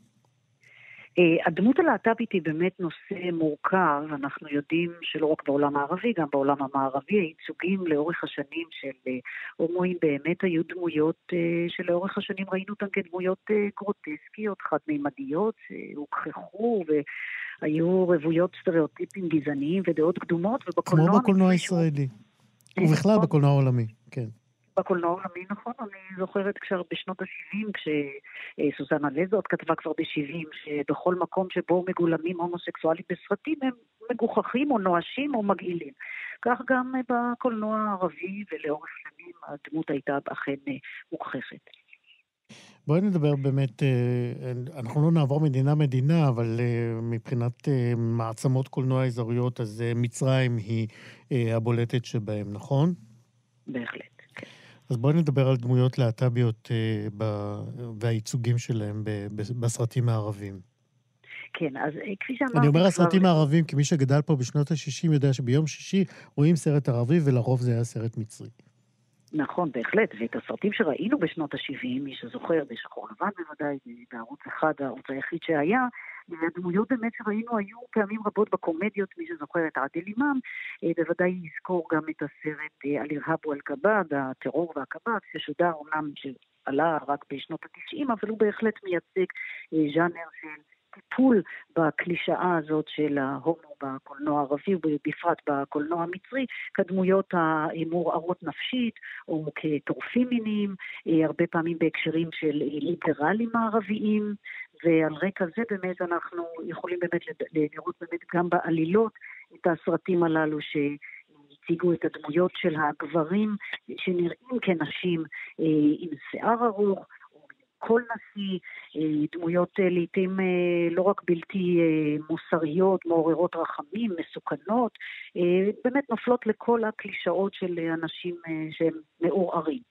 הדמות הלהט"בית היא באמת נושא מורכב. אנחנו יודעים שלא רק בעולם הערבי, גם בעולם המערבי, הייצוגים לאורך השנים של הומואים באמת היו דמויות שלאורך השנים ראינו אותן כדמויות גרוטסקיות, חד-מימדיות, שהוכחו והיו רוויות סטריאוטיפים גזעניים ודעות קדומות, כמו בקולנוע הישראלי, ובכלל בקולנוע העולמי, כן. בקולנוע העולמי, נכון, אני זוכרת בשנות ה-70, כשסוזנה לזות כתבה כבר ב-70, שבכל מקום שבו מגולמים הומוסקסואלים בסרטים, הם מגוחכים או נואשים או מגעילים. כך גם בקולנוע הערבי, ולאורך שנים הדמות הייתה אכן מוכחפת. בואי נדבר באמת, אנחנו לא נעבור מדינה, אבל מבחינת מעצמות קולנוע אזוריות, אז מצרים היא הבולטת שבהם, נכון? בהחלט. אז בואי נדבר על דמויות להט"ביות והייצוגים שלהם בסרטים הערבים. כן, אז כפי שאמרתי... אני אומר הסרטים הערבים, כי מי שגדל פה בשנות ה-60 יודע שביום שישי רואים סרט ערבי, ולרוב זה היה סרט מצרי. נכון, בהחלט, ואת הסרטים שראינו בשנות ה-70, מי שזוכר, בשחור לבן בוודאי, בערוץ אחד, הערוץ היחיד שהיה, הדמויות באמת שראינו היו פעמים רבות בקומדיות, מי שזוכר את עادل אימאם, בוודאי יזכור גם את הסרט אל-אירהאב ואל-כבאב, הטרור והכבאב, ששודר אומנם שעלה רק בשנות ה-90, אבל הוא בהחלט מייצג ז'אנר של טיפול בקלישאה הזאת של ההומו בקולנוע הערבי ובפרט בקולנוע המצרי, כדמויות המעורערות נפשית או כטורפים מיניים, הרבה פעמים בהקשרים של ליברלים הערביים, ועל רקע זה באמת אנחנו יכולים באמת לראות באמת גם בעלילות את הסרטים הללו שהציגו את הדמויות של הגברים שנראים כנשים עם שיער ארוך, כל נשיא, דמויות לעתים לא רק בלתי מוסריות, מעוררות רחמים, מסוכנות, באמת נופלות לכל הקלישאות של אנשים שהם מעורערים.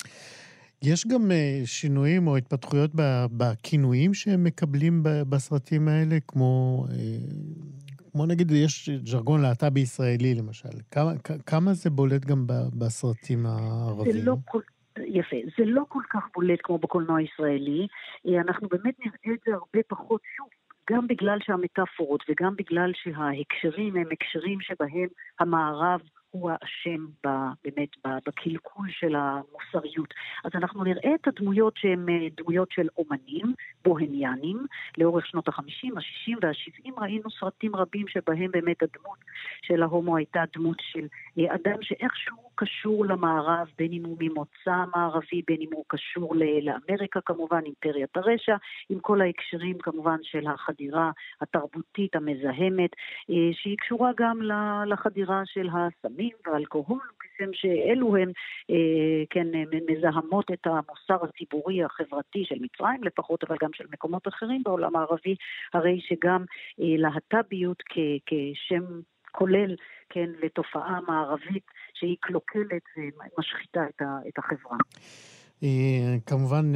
יש גם שינויים או התפתחויות בכינויים שהם מקבלים בסרטים האלה, כמו נגיד יש ז'רגון להט"בי ישראלי למשל. כמה זה בולט גם בסרטים הערביים? זה לא יפה, זה לא כל כך בולט כמו בקולנוע הישראלי, אנחנו באמת נראה את זה הרבה פחות, שוב, גם בגלל שהמטאפורות וגם בגלל שההקשרים הם הקשרים שבהם המערב הוא האשם באמת בקלקול של המוסריות. אז אנחנו נראה את הדמויות שהן דמויות של אומנים, בוהמיאנים, לאורך שנות ה-50, ה-60 וה-70 ראינו סרטים רבים שבהם באמת הדמות של ההומו הייתה דמות של אדם שאיכשהו קשור למערב, בין אם הוא ממוצא מערבי, בין אם הוא קשור לאמריקה כמובן, אימפריית הרשע, עם כל ההקשרים כמובן של החדירה התרבותית המזהמת, שהיא קשורה גם לחדירה של הסמים והאלכוהול, כשם שאלו הם כן, מזהמות את המוסר הציבורי החברתי של מצרים לפחות, אבל גם של מקומות אחרים בעולם הערבי, הרי שגם להט"ביות כשם כולל, כן, לתופעה מערבית שהיא קלוקלת ומשחיתה את החברה. כמובן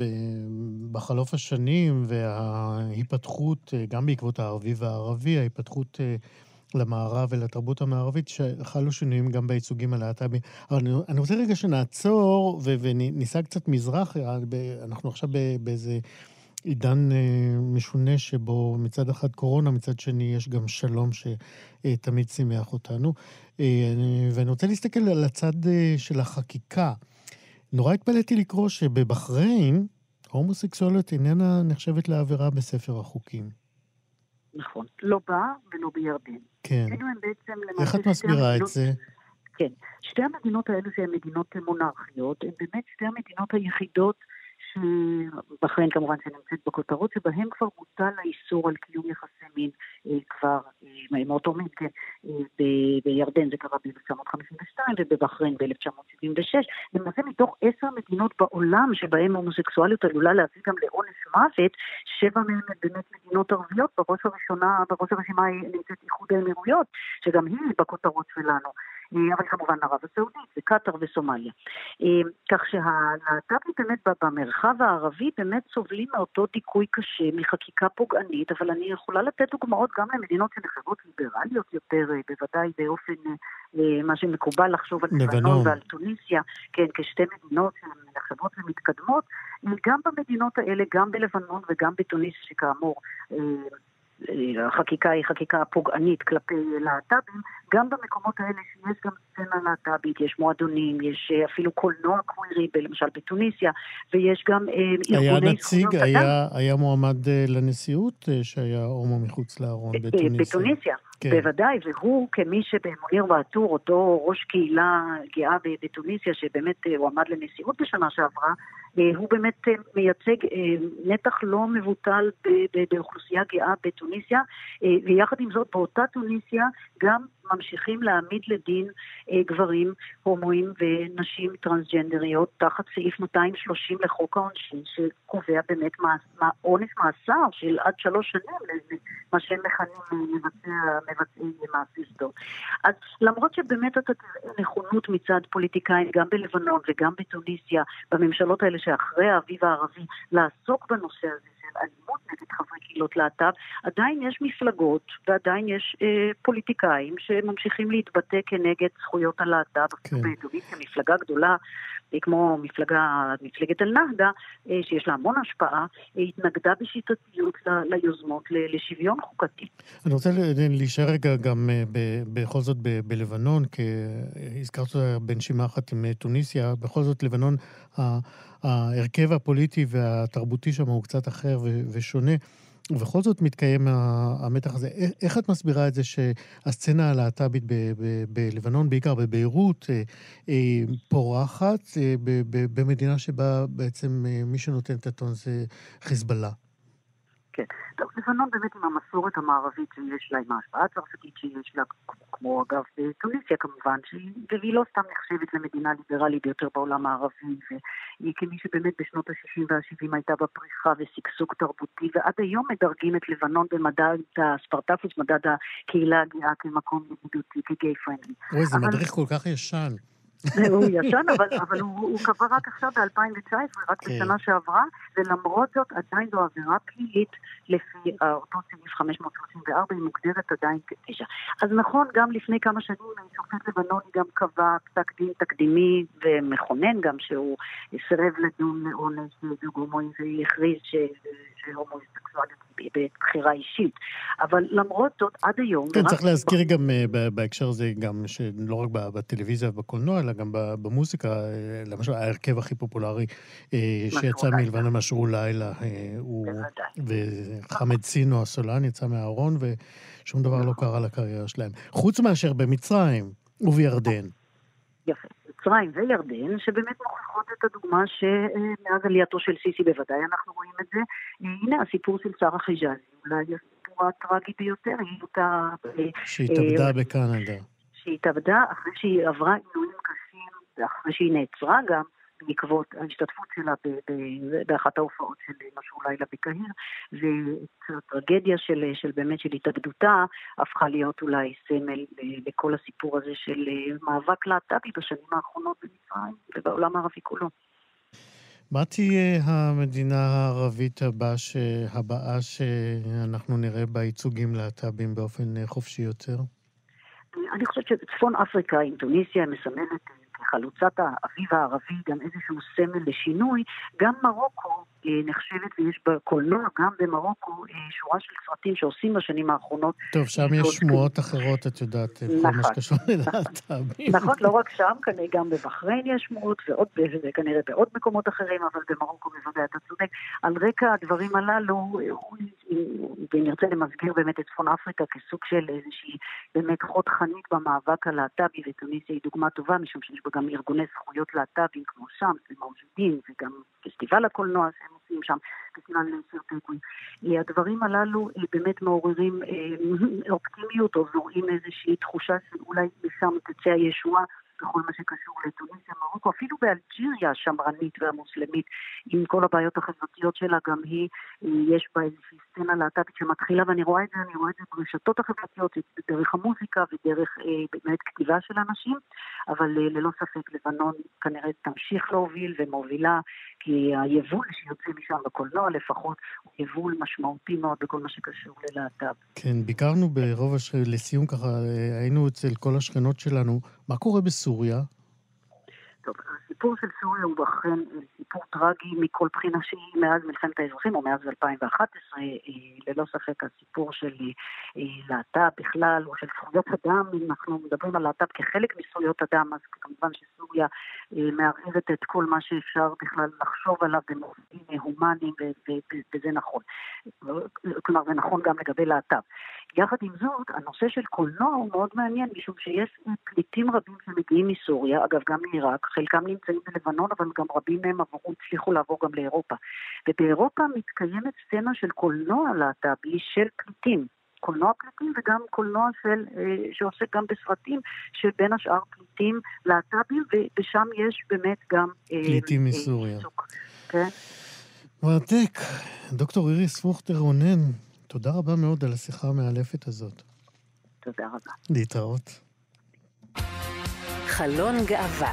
בחלוף השנים וההיפתחות, גם בעקבות הערבי והערבי, ההיפתחות למערב ולתרבות המערבית, שחלו שינויים גם בייצוגים הלהט"בים. אבל אני רוצה רגע שנעצור וניסע קצת מזרח, אנחנו עכשיו באיזה עידן משונה שבו מצד אחד קורונה, מצד שני יש גם שלום שתמיד שימח אותנו. ואני רוצה להסתכל על הצד של החקיקה. נורא התפלאתי לקרוא שבבחריין הומוסקסואליות איננה נחשבת לעבירה בספר החוקים. נכון, לא בה ולא בירדן. כן. איך את מסבירה את זה? כן. שתי המדינות האלו שהן מדינות מונרכיות, הן באמת שתי המדינות היחידות בחריין כמובן שנמצאת בכותרות, שבהם כבר בוטל האיסור על קיום יחסי מין כבר מאותו מין, כן, בירדן זה קרה ב-1952 ובבחריין ב-1976, למעשה מתוך 10 מדינות בעולם שבהם הומוסקסואליות עלולה להביא גם לעונש מוות, 7 מהן באמת מדינות ערביות, בראש הרשימה נמצאת איחוד האמירויות, שגם היא בכותרות שלנו. אבל כמובן ערב הסעודית וקטר וסומליה. כך שהלהט"בים באמת במרחב הערבי באמת סובלים מאותו דיכוי קשה מחקיקה פוגענית, אבל אני יכולה לתת דוגמאות גם למדינות שנחשבות ליברליות יותר, בוודאי באופן מה שמקובל לחשוב על לבנון ועל טוניסיה, כן, כשתי מדינות שנחשבות ומתקדמות, גם במדינות האלה, גם בלבנון וגם בטוניסיה שכאמור החקיקה היא חקיקה פוגענית כלפי להט"בים, גם במקומות האלה שיש גם סצנה להט"בית, יש מועדונים, יש אפילו קולנוע קווירי, למשל בטוניסיה, ויש גם ארגוני זכויות אדם. היה מועמד לנשיאות שהיה הומו מחוץ לארון בטוניסיה. בטוניסיה, כן. בוודאי, והוא כמי שבמוניר ועטור, אותו ראש קהילה גאה בטוניסיה, שבאמת הוא עמד לנשיאות בשנה שעברה, הוא באמת מייצג נתח לא מבוטל באוכלוסייה גאה בטוניסיה, ויחד עם זאת באותה טוניסיה גם ממשיכים להעמיד לדין גברים, הומואים ונשים טרנסג'נדריות תחת סעיף 230 לחוק העונשין, שקובע באמת עונש מאסר של עד 3 שנים, מה שהם מכנים מבצעי מעשי סדום. אז למרות שבאמת אתה תראה נכונות מצד פוליטיקאים גם בלבנון וגם בטוניסיה, בממשלות האלה שאחרי האביב הערבי, לעסוק בנושא הזה של אלימות נגד חברי קהילות להט"ב, עדיין יש מפלגות ועדיין יש פוליטיקאים שממשיכים להתבטא כנגד זכויות הלהט"ב. כן. בטוניסיה מפלגה גדולה, כמו מפלגת אל-נהדה, שיש לה המון השפעה, התנגדה בשיטתיות ליוזמות לשוויון חוקתי. אני רוצה להישאר רגע גם בכל זאת בלבנון, כי הזכרת בנשימה אחת עם טוניסיה, בכל זאת לבנון, ההרכב הפוליטי והתרבותי שם הוא קצת אחר ושונה, ובכל זאת מתקיים המתח הזה. איך את מסבירה את זה שהסצנה הלהט"בית בלבנון, בעיקר בביירות, פורחת במדינה שבה בעצם מי שנותן את הטון זה חיזבאללה? כן. טוב, לבנון באמת עם המסורת המערבית שיש לה, עם ההשפעה הצרפתית שיש לה, כמו אגב טוניסיה כמובן, והיא לא סתם נחשבת למדינה ליברלית ביותר בעולם הערבי, והיא כמי שבאמת בשנות ה-60 וה-70 הייתה בפריחה וסגסוג תרבותי, ועד היום מדרגים את לבנון במדד הספרטקוס, מדד הקהילה הגאה כמקום ידידותי, כגיי פרנדלי. אוי, זה מדריך כל כך ישן. הוא ישן, אבל הוא קבע רק עכשיו ב-2019, רק בשנה שעברה, ולמרות זאת עדיין זו עבירה פלילית לפי אותו סעיף 534, היא מוגדרת עדיין כפשע. אז נכון, גם לפני כמה שנים שופט לבנוני גם קבע פסק דין תקדימי ומכונן גם שהוא סירב לדון לעונש זוג הומואי והכריז שהומוסקסואליות בבחירה אישית. אבל למרות זאת, עד היום... כן, צריך להזכיר גם בהקשר הזה, גם שלא רק בטלוויזיה ובקולנוע, אלא גם במוזיקה, למשל, ההרכב הכי פופולרי שיצא מלבנון משהו לילה, וחמד סינו, הסולן, יצא מהארון, ושום דבר לא קרה לקריירה שלהם. חוץ מאשר במצרים ובירדן. יפה. מצרים וירדן, שבאמת מוכיחות את הדוגמה שמאז עלייתו של סיסי בוודאי אנחנו רואים את זה. הנה הסיפור של שרה חיג'אזי, אולי הסיפור הטרגי ביותר, היא אותה... שהתאבדה בקנדה. שהתאבדה אחרי שהיא עברה עינויים קשים, ואחרי שהיא נעצרה גם, בעקבות ההשתתפות שלה באחת ההופעות של משהו לילה בקהיר, והטרגדיה של באמת של התאבדותה הפכה להיות אולי סמל לכל הסיפור הזה של מאבק להט"בי בשנים האחרונות במצרים ובעולם הערבי כולו. מה תהיה המדינה הערבית הבאה שאנחנו נראה בה ייצוגים להט"בים באופן חופשי יותר? אני חושבת שצפון אפריקה, אינדונזיה, מסמלת כחלוצת האביב הערבי גם איזשהו סמל לשינוי. גם מרוקו נחשבת, ויש בקולנוע גם במרוקו שורה של סרטים שעושים בשנים האחרונות. טוב, שם יש שמועות אחרות, את יודעת, כל מה שקשור ללהט"בים. נכון, לא רק שם, כנראה גם בבחריין יש שמועות, וכנראה בעוד מקומות אחרים, אבל במרוקו בוודאי אתה צודק. על רקע הדברים הללו, הוא ואם נרצה למסגר באמת את צפון אפריקה כסוג של איזושהי באמת חוד חנית במאבק הלהט"בי, ותוניסיה היא דוגמה טובה, משום שיש בה גם ארגוני זכויות להט"בים כמו שם, ומאוז'דין, וגם פסטיבל הקולנוע שהם עושים שם, פסטיבל סרטיקוי. הדברים הללו באמת מעוררים אופטימיות, או זורעים איזושהי תחושה שאולי משם תצא הישועה, בכל מה שקשור לתוניסיה, מרוקו, אפילו באלג'יריה השמרנית והמוסלמית, עם כל הבעיות החברתיות שלה, גם היא, יש בה איזושהי סצנה להט"בית שמתחילה, ואני רואה את זה ברשתות החברתיות, דרך המוזיקה ודרך באמת כתיבה של אנשים, אבל ללא ספק לבנון כנראה תמשיך להוביל ומובילה, כי היבול שיוצא משם בקולנוע לפחות, הוא יבול משמעותי מאוד בכל מה שקשור ללהט"ב. כן, ביקרנו לסיום ככה, היינו אצל כל השכנות שלנו, מה קורה בסוריה? טוב, הסיפור של סוריה הוא אכן סיפור טרגי מכל בחינה שהיא מאז מלחמת האזרחים, או מאז 2011, ללא ספק הסיפור של להט"ב בכלל, או של זכויות אדם, אם אנחנו מדברים על להט"ב כחלק מזכויות אדם, אז כמובן שסוריה מערערת את כל מה שאפשר בכלל לחשוב עליו במובנים הומניים, וזה נכון. כלומר, זה נכון גם לגבי להט"ב. יחד עם זאת, הנושא של קולנוע הוא מאוד מעניין, משום שיש פליטים רבים שמגיעים מסוריה, אגב גם מעיראק, חלקם נמצאים בלבנון, אבל גם רבים מהם הצליחו לעבור גם לאירופה. ובאירופה מתקיימת סצנה של קולנוע להט"בי של פליטים. קולנוע פליטים וגם קולנוע שעוסק גם בסרטים של בין השאר פליטים להט"בים, ושם יש באמת גם פליטים מסוריה. כן. מרתק. דוקטור איריס פרוכטר-רונן, תודה רבה מאוד על השיחה המאלפת הזאת. תודה רבה. להתראות. חלון גאווה.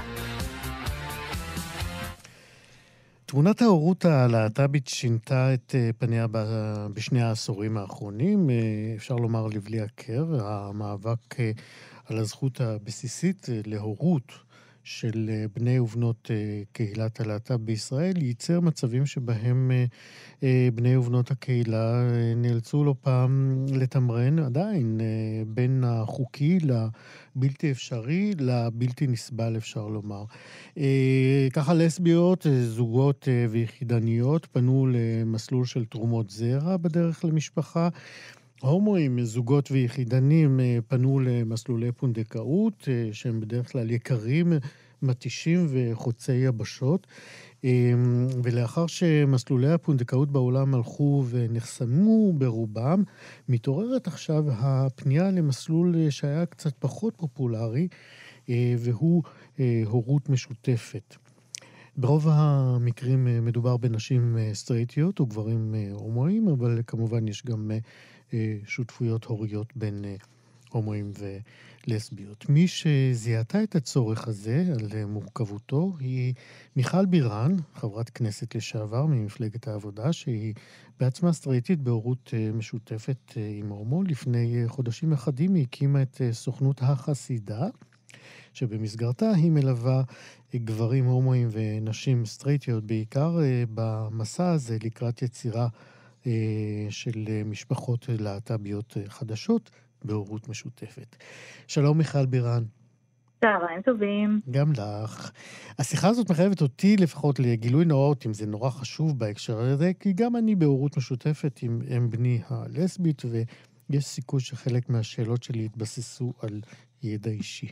תמונת ההורות הלהט"בית שינתה את פניה בשני העשורים האחרונים, אפשר לומר לבלי הכר. המאבק על הזכות הבסיסית להורות של בני ובנות קהילת הלהט"ב בישראל ייצר מצבים שבהם בני ובנות הקהילה נאלצו לא פעם לתמרן עדיין בין החוקי לבלתי אפשרי לבלתי נסבל, אפשר לומר. ככה לסביות, זוגות ויחידניות פנו למסלול של תרומות זרע בדרך למשפחה. הומואים, זוגות ויחידנים פנו למסלולי פונדקאות, שהם בדרך כלל יקרים, מתישים וחוצי יבשות, ולאחר שמסלולי הפונדקאות בעולם הלכו ונחסמו ברובם, מתעוררת עכשיו הפנייה למסלול שהיה קצת פחות פופולרי, והוא הורות משותפת. ברוב המקרים מדובר בנשים סטרייטיות או גברים הומואים, אבל כמובן יש גם שותפויות הוריות בין הומואים ולסביות. מי שזיהתה את הצורך הזה על מורכבותו היא מיכל בירן, חברת כנסת לשעבר ממפלגת העבודה, שהיא בעצמה סטרייטית בהורות משותפת עם הומו. לפני חודשים אחדים היא הקימה את סוכנות החסידה, שבמסגרתה היא מלווה גברים הומואים ונשים סטרייטיות בעיקר במסע הזה לקראת יצירה של משפחות להט"ביות חדשות בהורות משותפת. שלום מיכל בירן. צהריים טובים. גם לך. השיחה הזאת מחייבת אותי לפחות לגילוי נאות, אם זה נורא חשוב בהקשר הזה, כי גם אני בהורות משותפת עם אם בני הלסבית, ויש סיכוי שחלק מהשאלות שלי התבססו על ידע אישי.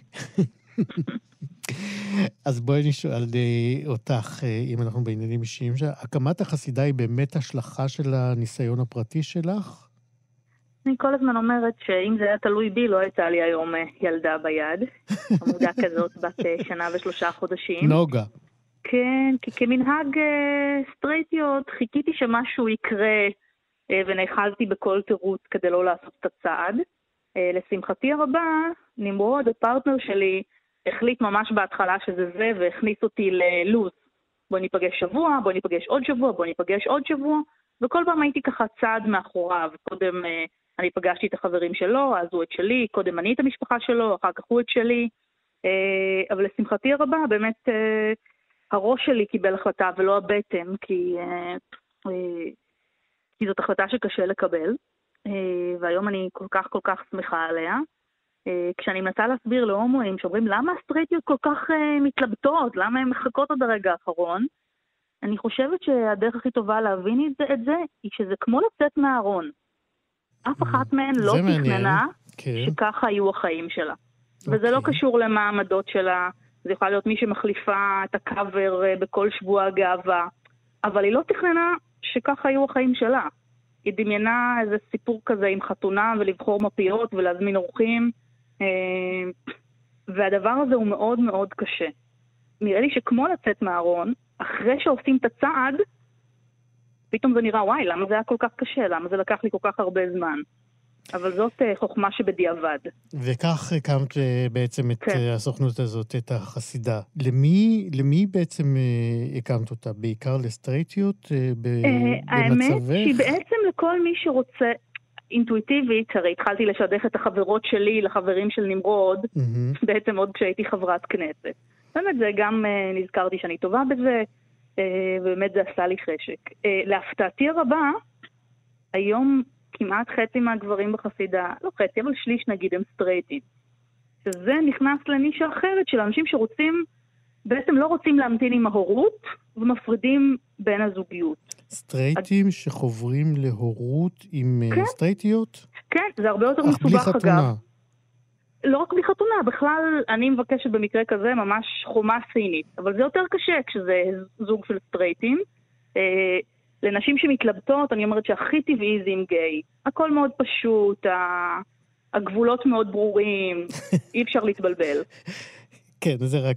אז בואי נשאל אותך, אם אנחנו בעניינים אישיים, שהקמת החסידה היא באמת השלכה של הניסיון הפרטי שלך? אני כל הזמן אומרת שאם זה היה תלוי בי, לא הייתה לי היום ילדה ביד. עמודה כזאת בת 1 שנה ו3 חודשים. נוגה. כן, כי כמנהג סטרייטיות חיכיתי שמשהו יקרה, ונאחזתי בכל תירוץ כדי לא לעשות את הצעד. לשמחתי הרבה, נמרוד, הפרטנר שלי, החליט ממש בהתחלה שזה זה, והכניס אותי ללוז. בוא ניפגש שבוע, בוא ניפגש עוד שבוע, בוא ניפגש עוד שבוע, וכל פעם הייתי ככה צעד מאחוריו. קודם אני פגשתי את החברים שלו, אז הוא את שלי, קודם אני את המשפחה שלו, אחר כך הוא את שלי. אבל לשמחתי הרבה, באמת הראש שלי קיבל החלטה ולא הבטן, כי זאת החלטה שקשה לקבל. והיום אני כל כך שמחה עליה. כשאני מנסה להסביר להומואים שאומרים למה הסטרייטיות כל כך מתלבטות, למה הן מחכות עד הרגע האחרון, אני חושבת שהדרך הכי טובה להבין את זה היא שזה כמו לצאת מהארון. אף אחת מהן לא תכננה שככה היו החיים שלה. וזה לא קשור למה העמדות שלה, זה יכול להיות מי שמחליפה את הקאבר בכל שבוע הגאווה, אבל היא לא תכננה שככה היו החיים שלה. היא דמיינה איזה סיפור כזה עם חתונה ולבחור מפיות ולהזמין אורחים, והדבר הזה הוא מאוד מאוד קשה. נראה לי שכמו לצאת מהארון, אחרי שעושים את הצעד, פתאום זה נראה, וואי, למה זה היה כל כך קשה? למה זה לקח לי כל כך הרבה זמן? אבל זאת חוכמה שבדיעבד. וכך הקמת בעצם את הסוכנות הזאת, את החסידה. למי בעצם הקמת אותה? בעיקר לסטרייטיות? האמת שהיא בעצם לכל מי שרוצה, אינטואיטיבית, הרי התחלתי לשדך את החברות שלי לחברים של נמרוד, בעצם עוד כשהייתי חברת כנסת. באמת זה גם נזכרתי שאני טובה בזה, ובאמת זה עשה לי חשק. להפתעתי הרבה, היום כמעט חצי מהגברים בחסידה, לא חצי, אבל שליש נגיד הם סטרייטים. שזה נכנס לנישה אחרת של אנשים שרוצים, בעצם לא רוצים להמתין עם ההורות, ומפרידים בין הזוגיות. סטרייטים שחוברים להורות עם סטרייטיות? כן, זה הרבה יותר מסובך בלי חתונה. אגב. לא רק בלי חתונה, בכלל אני מבקשת במקרה כזה ממש חומה סינית, אבל זה יותר קשה כשזה זוג של סטרייטים. לנשים שמתלבטות, אני אומרת שהכי טבעי זה עם גיי. הכל מאוד פשוט, הגבולות מאוד ברורים, אי אפשר להתבלבל. כן, זה רק,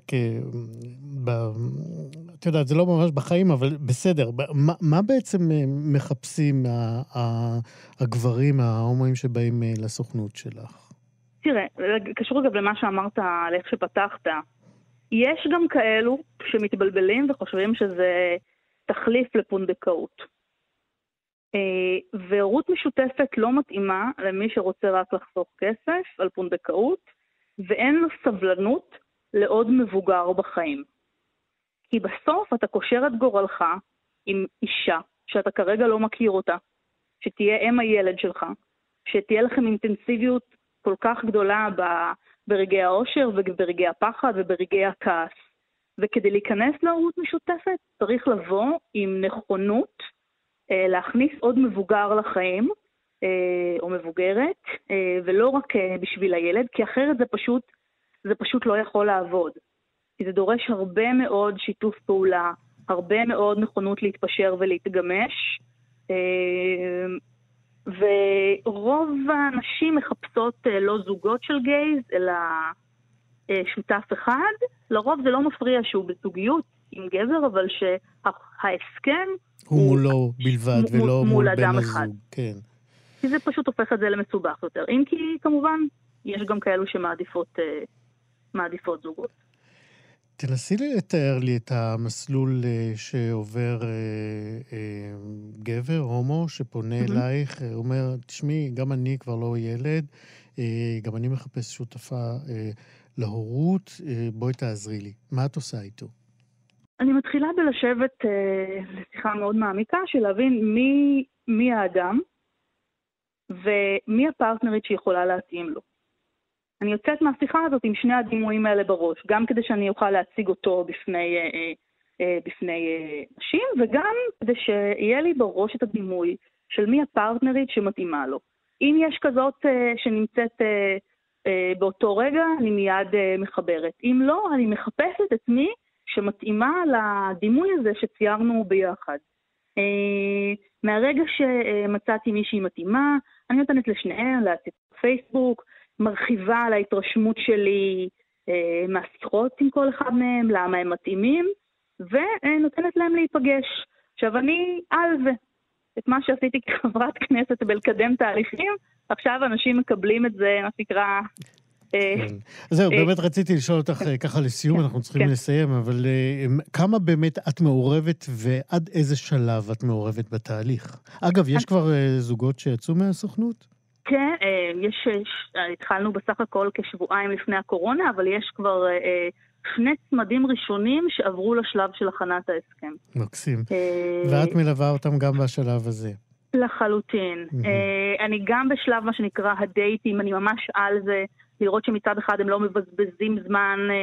אתה יודע, זה לא ממש בחיים, אבל בסדר. מה בעצם מחפשים הגברים, ההומואים שבאים לסוכנות שלך? תראה, קשור אגב למה שאמרת על איך שפתחת. יש גם כאלו שמתבלבלים וחושבים שזה תחליף לפונדקאות. והורות משותפת לא מתאימה למי שרוצה רק לחסוך כסף על פונדקאות, ואין לו סבלנות לעוד מבוגר בחיים. כי בסוף אתה קושר את גורלך עם אישה שאתה כרגע לא מכיר אותה, שתהיה אם הילד שלך, שתהיה לכם אינטנסיביות כל כך גדולה ברגעי האושר וברגעי הפחד וברגעי הכעס. וכדי להיכנס להורות משותפת צריך לבוא עם נכונות להכניס עוד מבוגר לחיים או מבוגרת, ולא רק בשביל הילד, כי אחרת זה פשוט לא יכול לעבוד. כי זה דורש הרבה מאוד שיתוף פעולה, הרבה מאוד נכונות להתפשר ולהתגמש, ורוב האנשים מחפשות לא זוגות של גייז, אלא שותף אחד. לרוב זה לא מפריע שהוא בזוגיות עם גבר, אבל שההסכם הוא מולו בלבד ולא מול בן הזוג. כן. כי זה פשוט הופך את זה למסובך יותר. אם כי כמובן יש גם כאלו שמעדיפות זוגות. תנסי לתאר לי את המסלול שעובר גבר, הומו, שפונה אלייך, אומר, תשמעי, גם אני כבר לא ילד, גם אני מחפש שותפה להורות, בואי תעזרי לי. מה את עושה איתו? אני מתחילה בלשבת לשיחה מאוד מעמיקה, של להבין מי האדם, ומי הפרטנרית שיכולה להתאים לו. אני יוצאת מהשיחה הזאת עם שני הדימויים האלה בראש, גם כדי שאני אוכל להציג אותו בפני נשים, וגם כדי שיהיה לי בראש את הדימוי של מי הפרטנרית שמתאימה לו. אם יש כזאת שנמצאת באותו רגע, אני מיד מחברת. אם לא, אני מחפשת את מי שמתאימה לדימוי הזה שציירנו ביחד. מהרגע שמצאתי מישהי מתאימה, אני נותנת לשניהם להציץ בפייסבוק, מרחיבה על ההתרשמות שלי מהשיחות עם כל אחד מהם, למה הם מתאימים, ונותנת להם להיפגש. עכשיו אני על זה. את מה שעשיתי כחברת כנסת בלקדם תהליכים, עכשיו אנשים מקבלים את זה, מה שנקרא... זהו, באמת רציתי לשאול אותך ככה לסיום, אנחנו צריכים לסיים, אבל כמה באמת את מעורבת ועד איזה שלב את מעורבת בתהליך? אגב, יש כבר זוגות שיצאו מהסוכנות? כן, התחלנו בסך הכל כשבועיים לפני הקורונה, אבל יש כבר שני צמדים ראשונים שעברו לשלב של הכנת ההסכם. מקסים. ואת מלווה אותם גם בשלב הזה? לחלוטין. אני גם בשלב מה שנקרא הדייטים, אני ממש על זה, לראות שמצד אחד הם לא מבזבזים זמן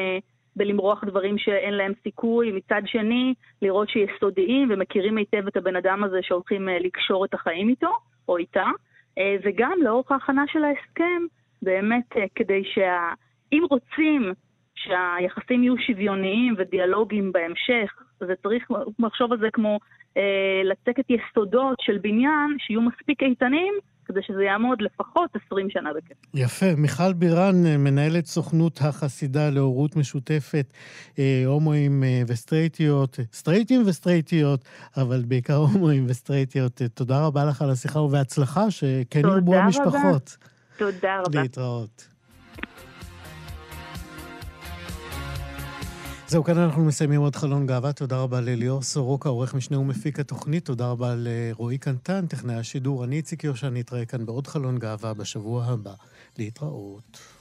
בלמרוח דברים שאין להם סיכוי, מצד שני, לראות שיסודיים ומכירים היטב את הבן אדם הזה שהולכים לקשור את החיים איתו או איתה, וגם לאורך ההכנה של ההסכם, באמת כדי אם רוצים שהיחסים יהיו שוויוניים ודיאלוגיים בהמשך, זה צריך לחשוב על זה כמו לצקת יסודות של בניין שיהיו מספיק איתנים, כדי שזה יעמוד לפחות 20 שנה בכיף. יפה. מיכל בירן, מנהלת סוכנות החסידה להורות משותפת, הומואים וסטרייטיות, סטרייטים וסטרייטיות, אבל בעיקר הומואים וסטרייטיות. תודה רבה לך על השיחה ובהצלחה, שכן ירבו המשפחות. תודה רבה. להתראות. זהו, כאן אנחנו מסיימים עוד חלון גאווה. תודה רבה לליאור סורוקה, עורך משנה ומפיק התוכנית. תודה רבה לרועי קנטן, טכנאי השידור. אני איציק יושע, נתראה כאן בעוד חלון גאווה בשבוע הבא. להתראות.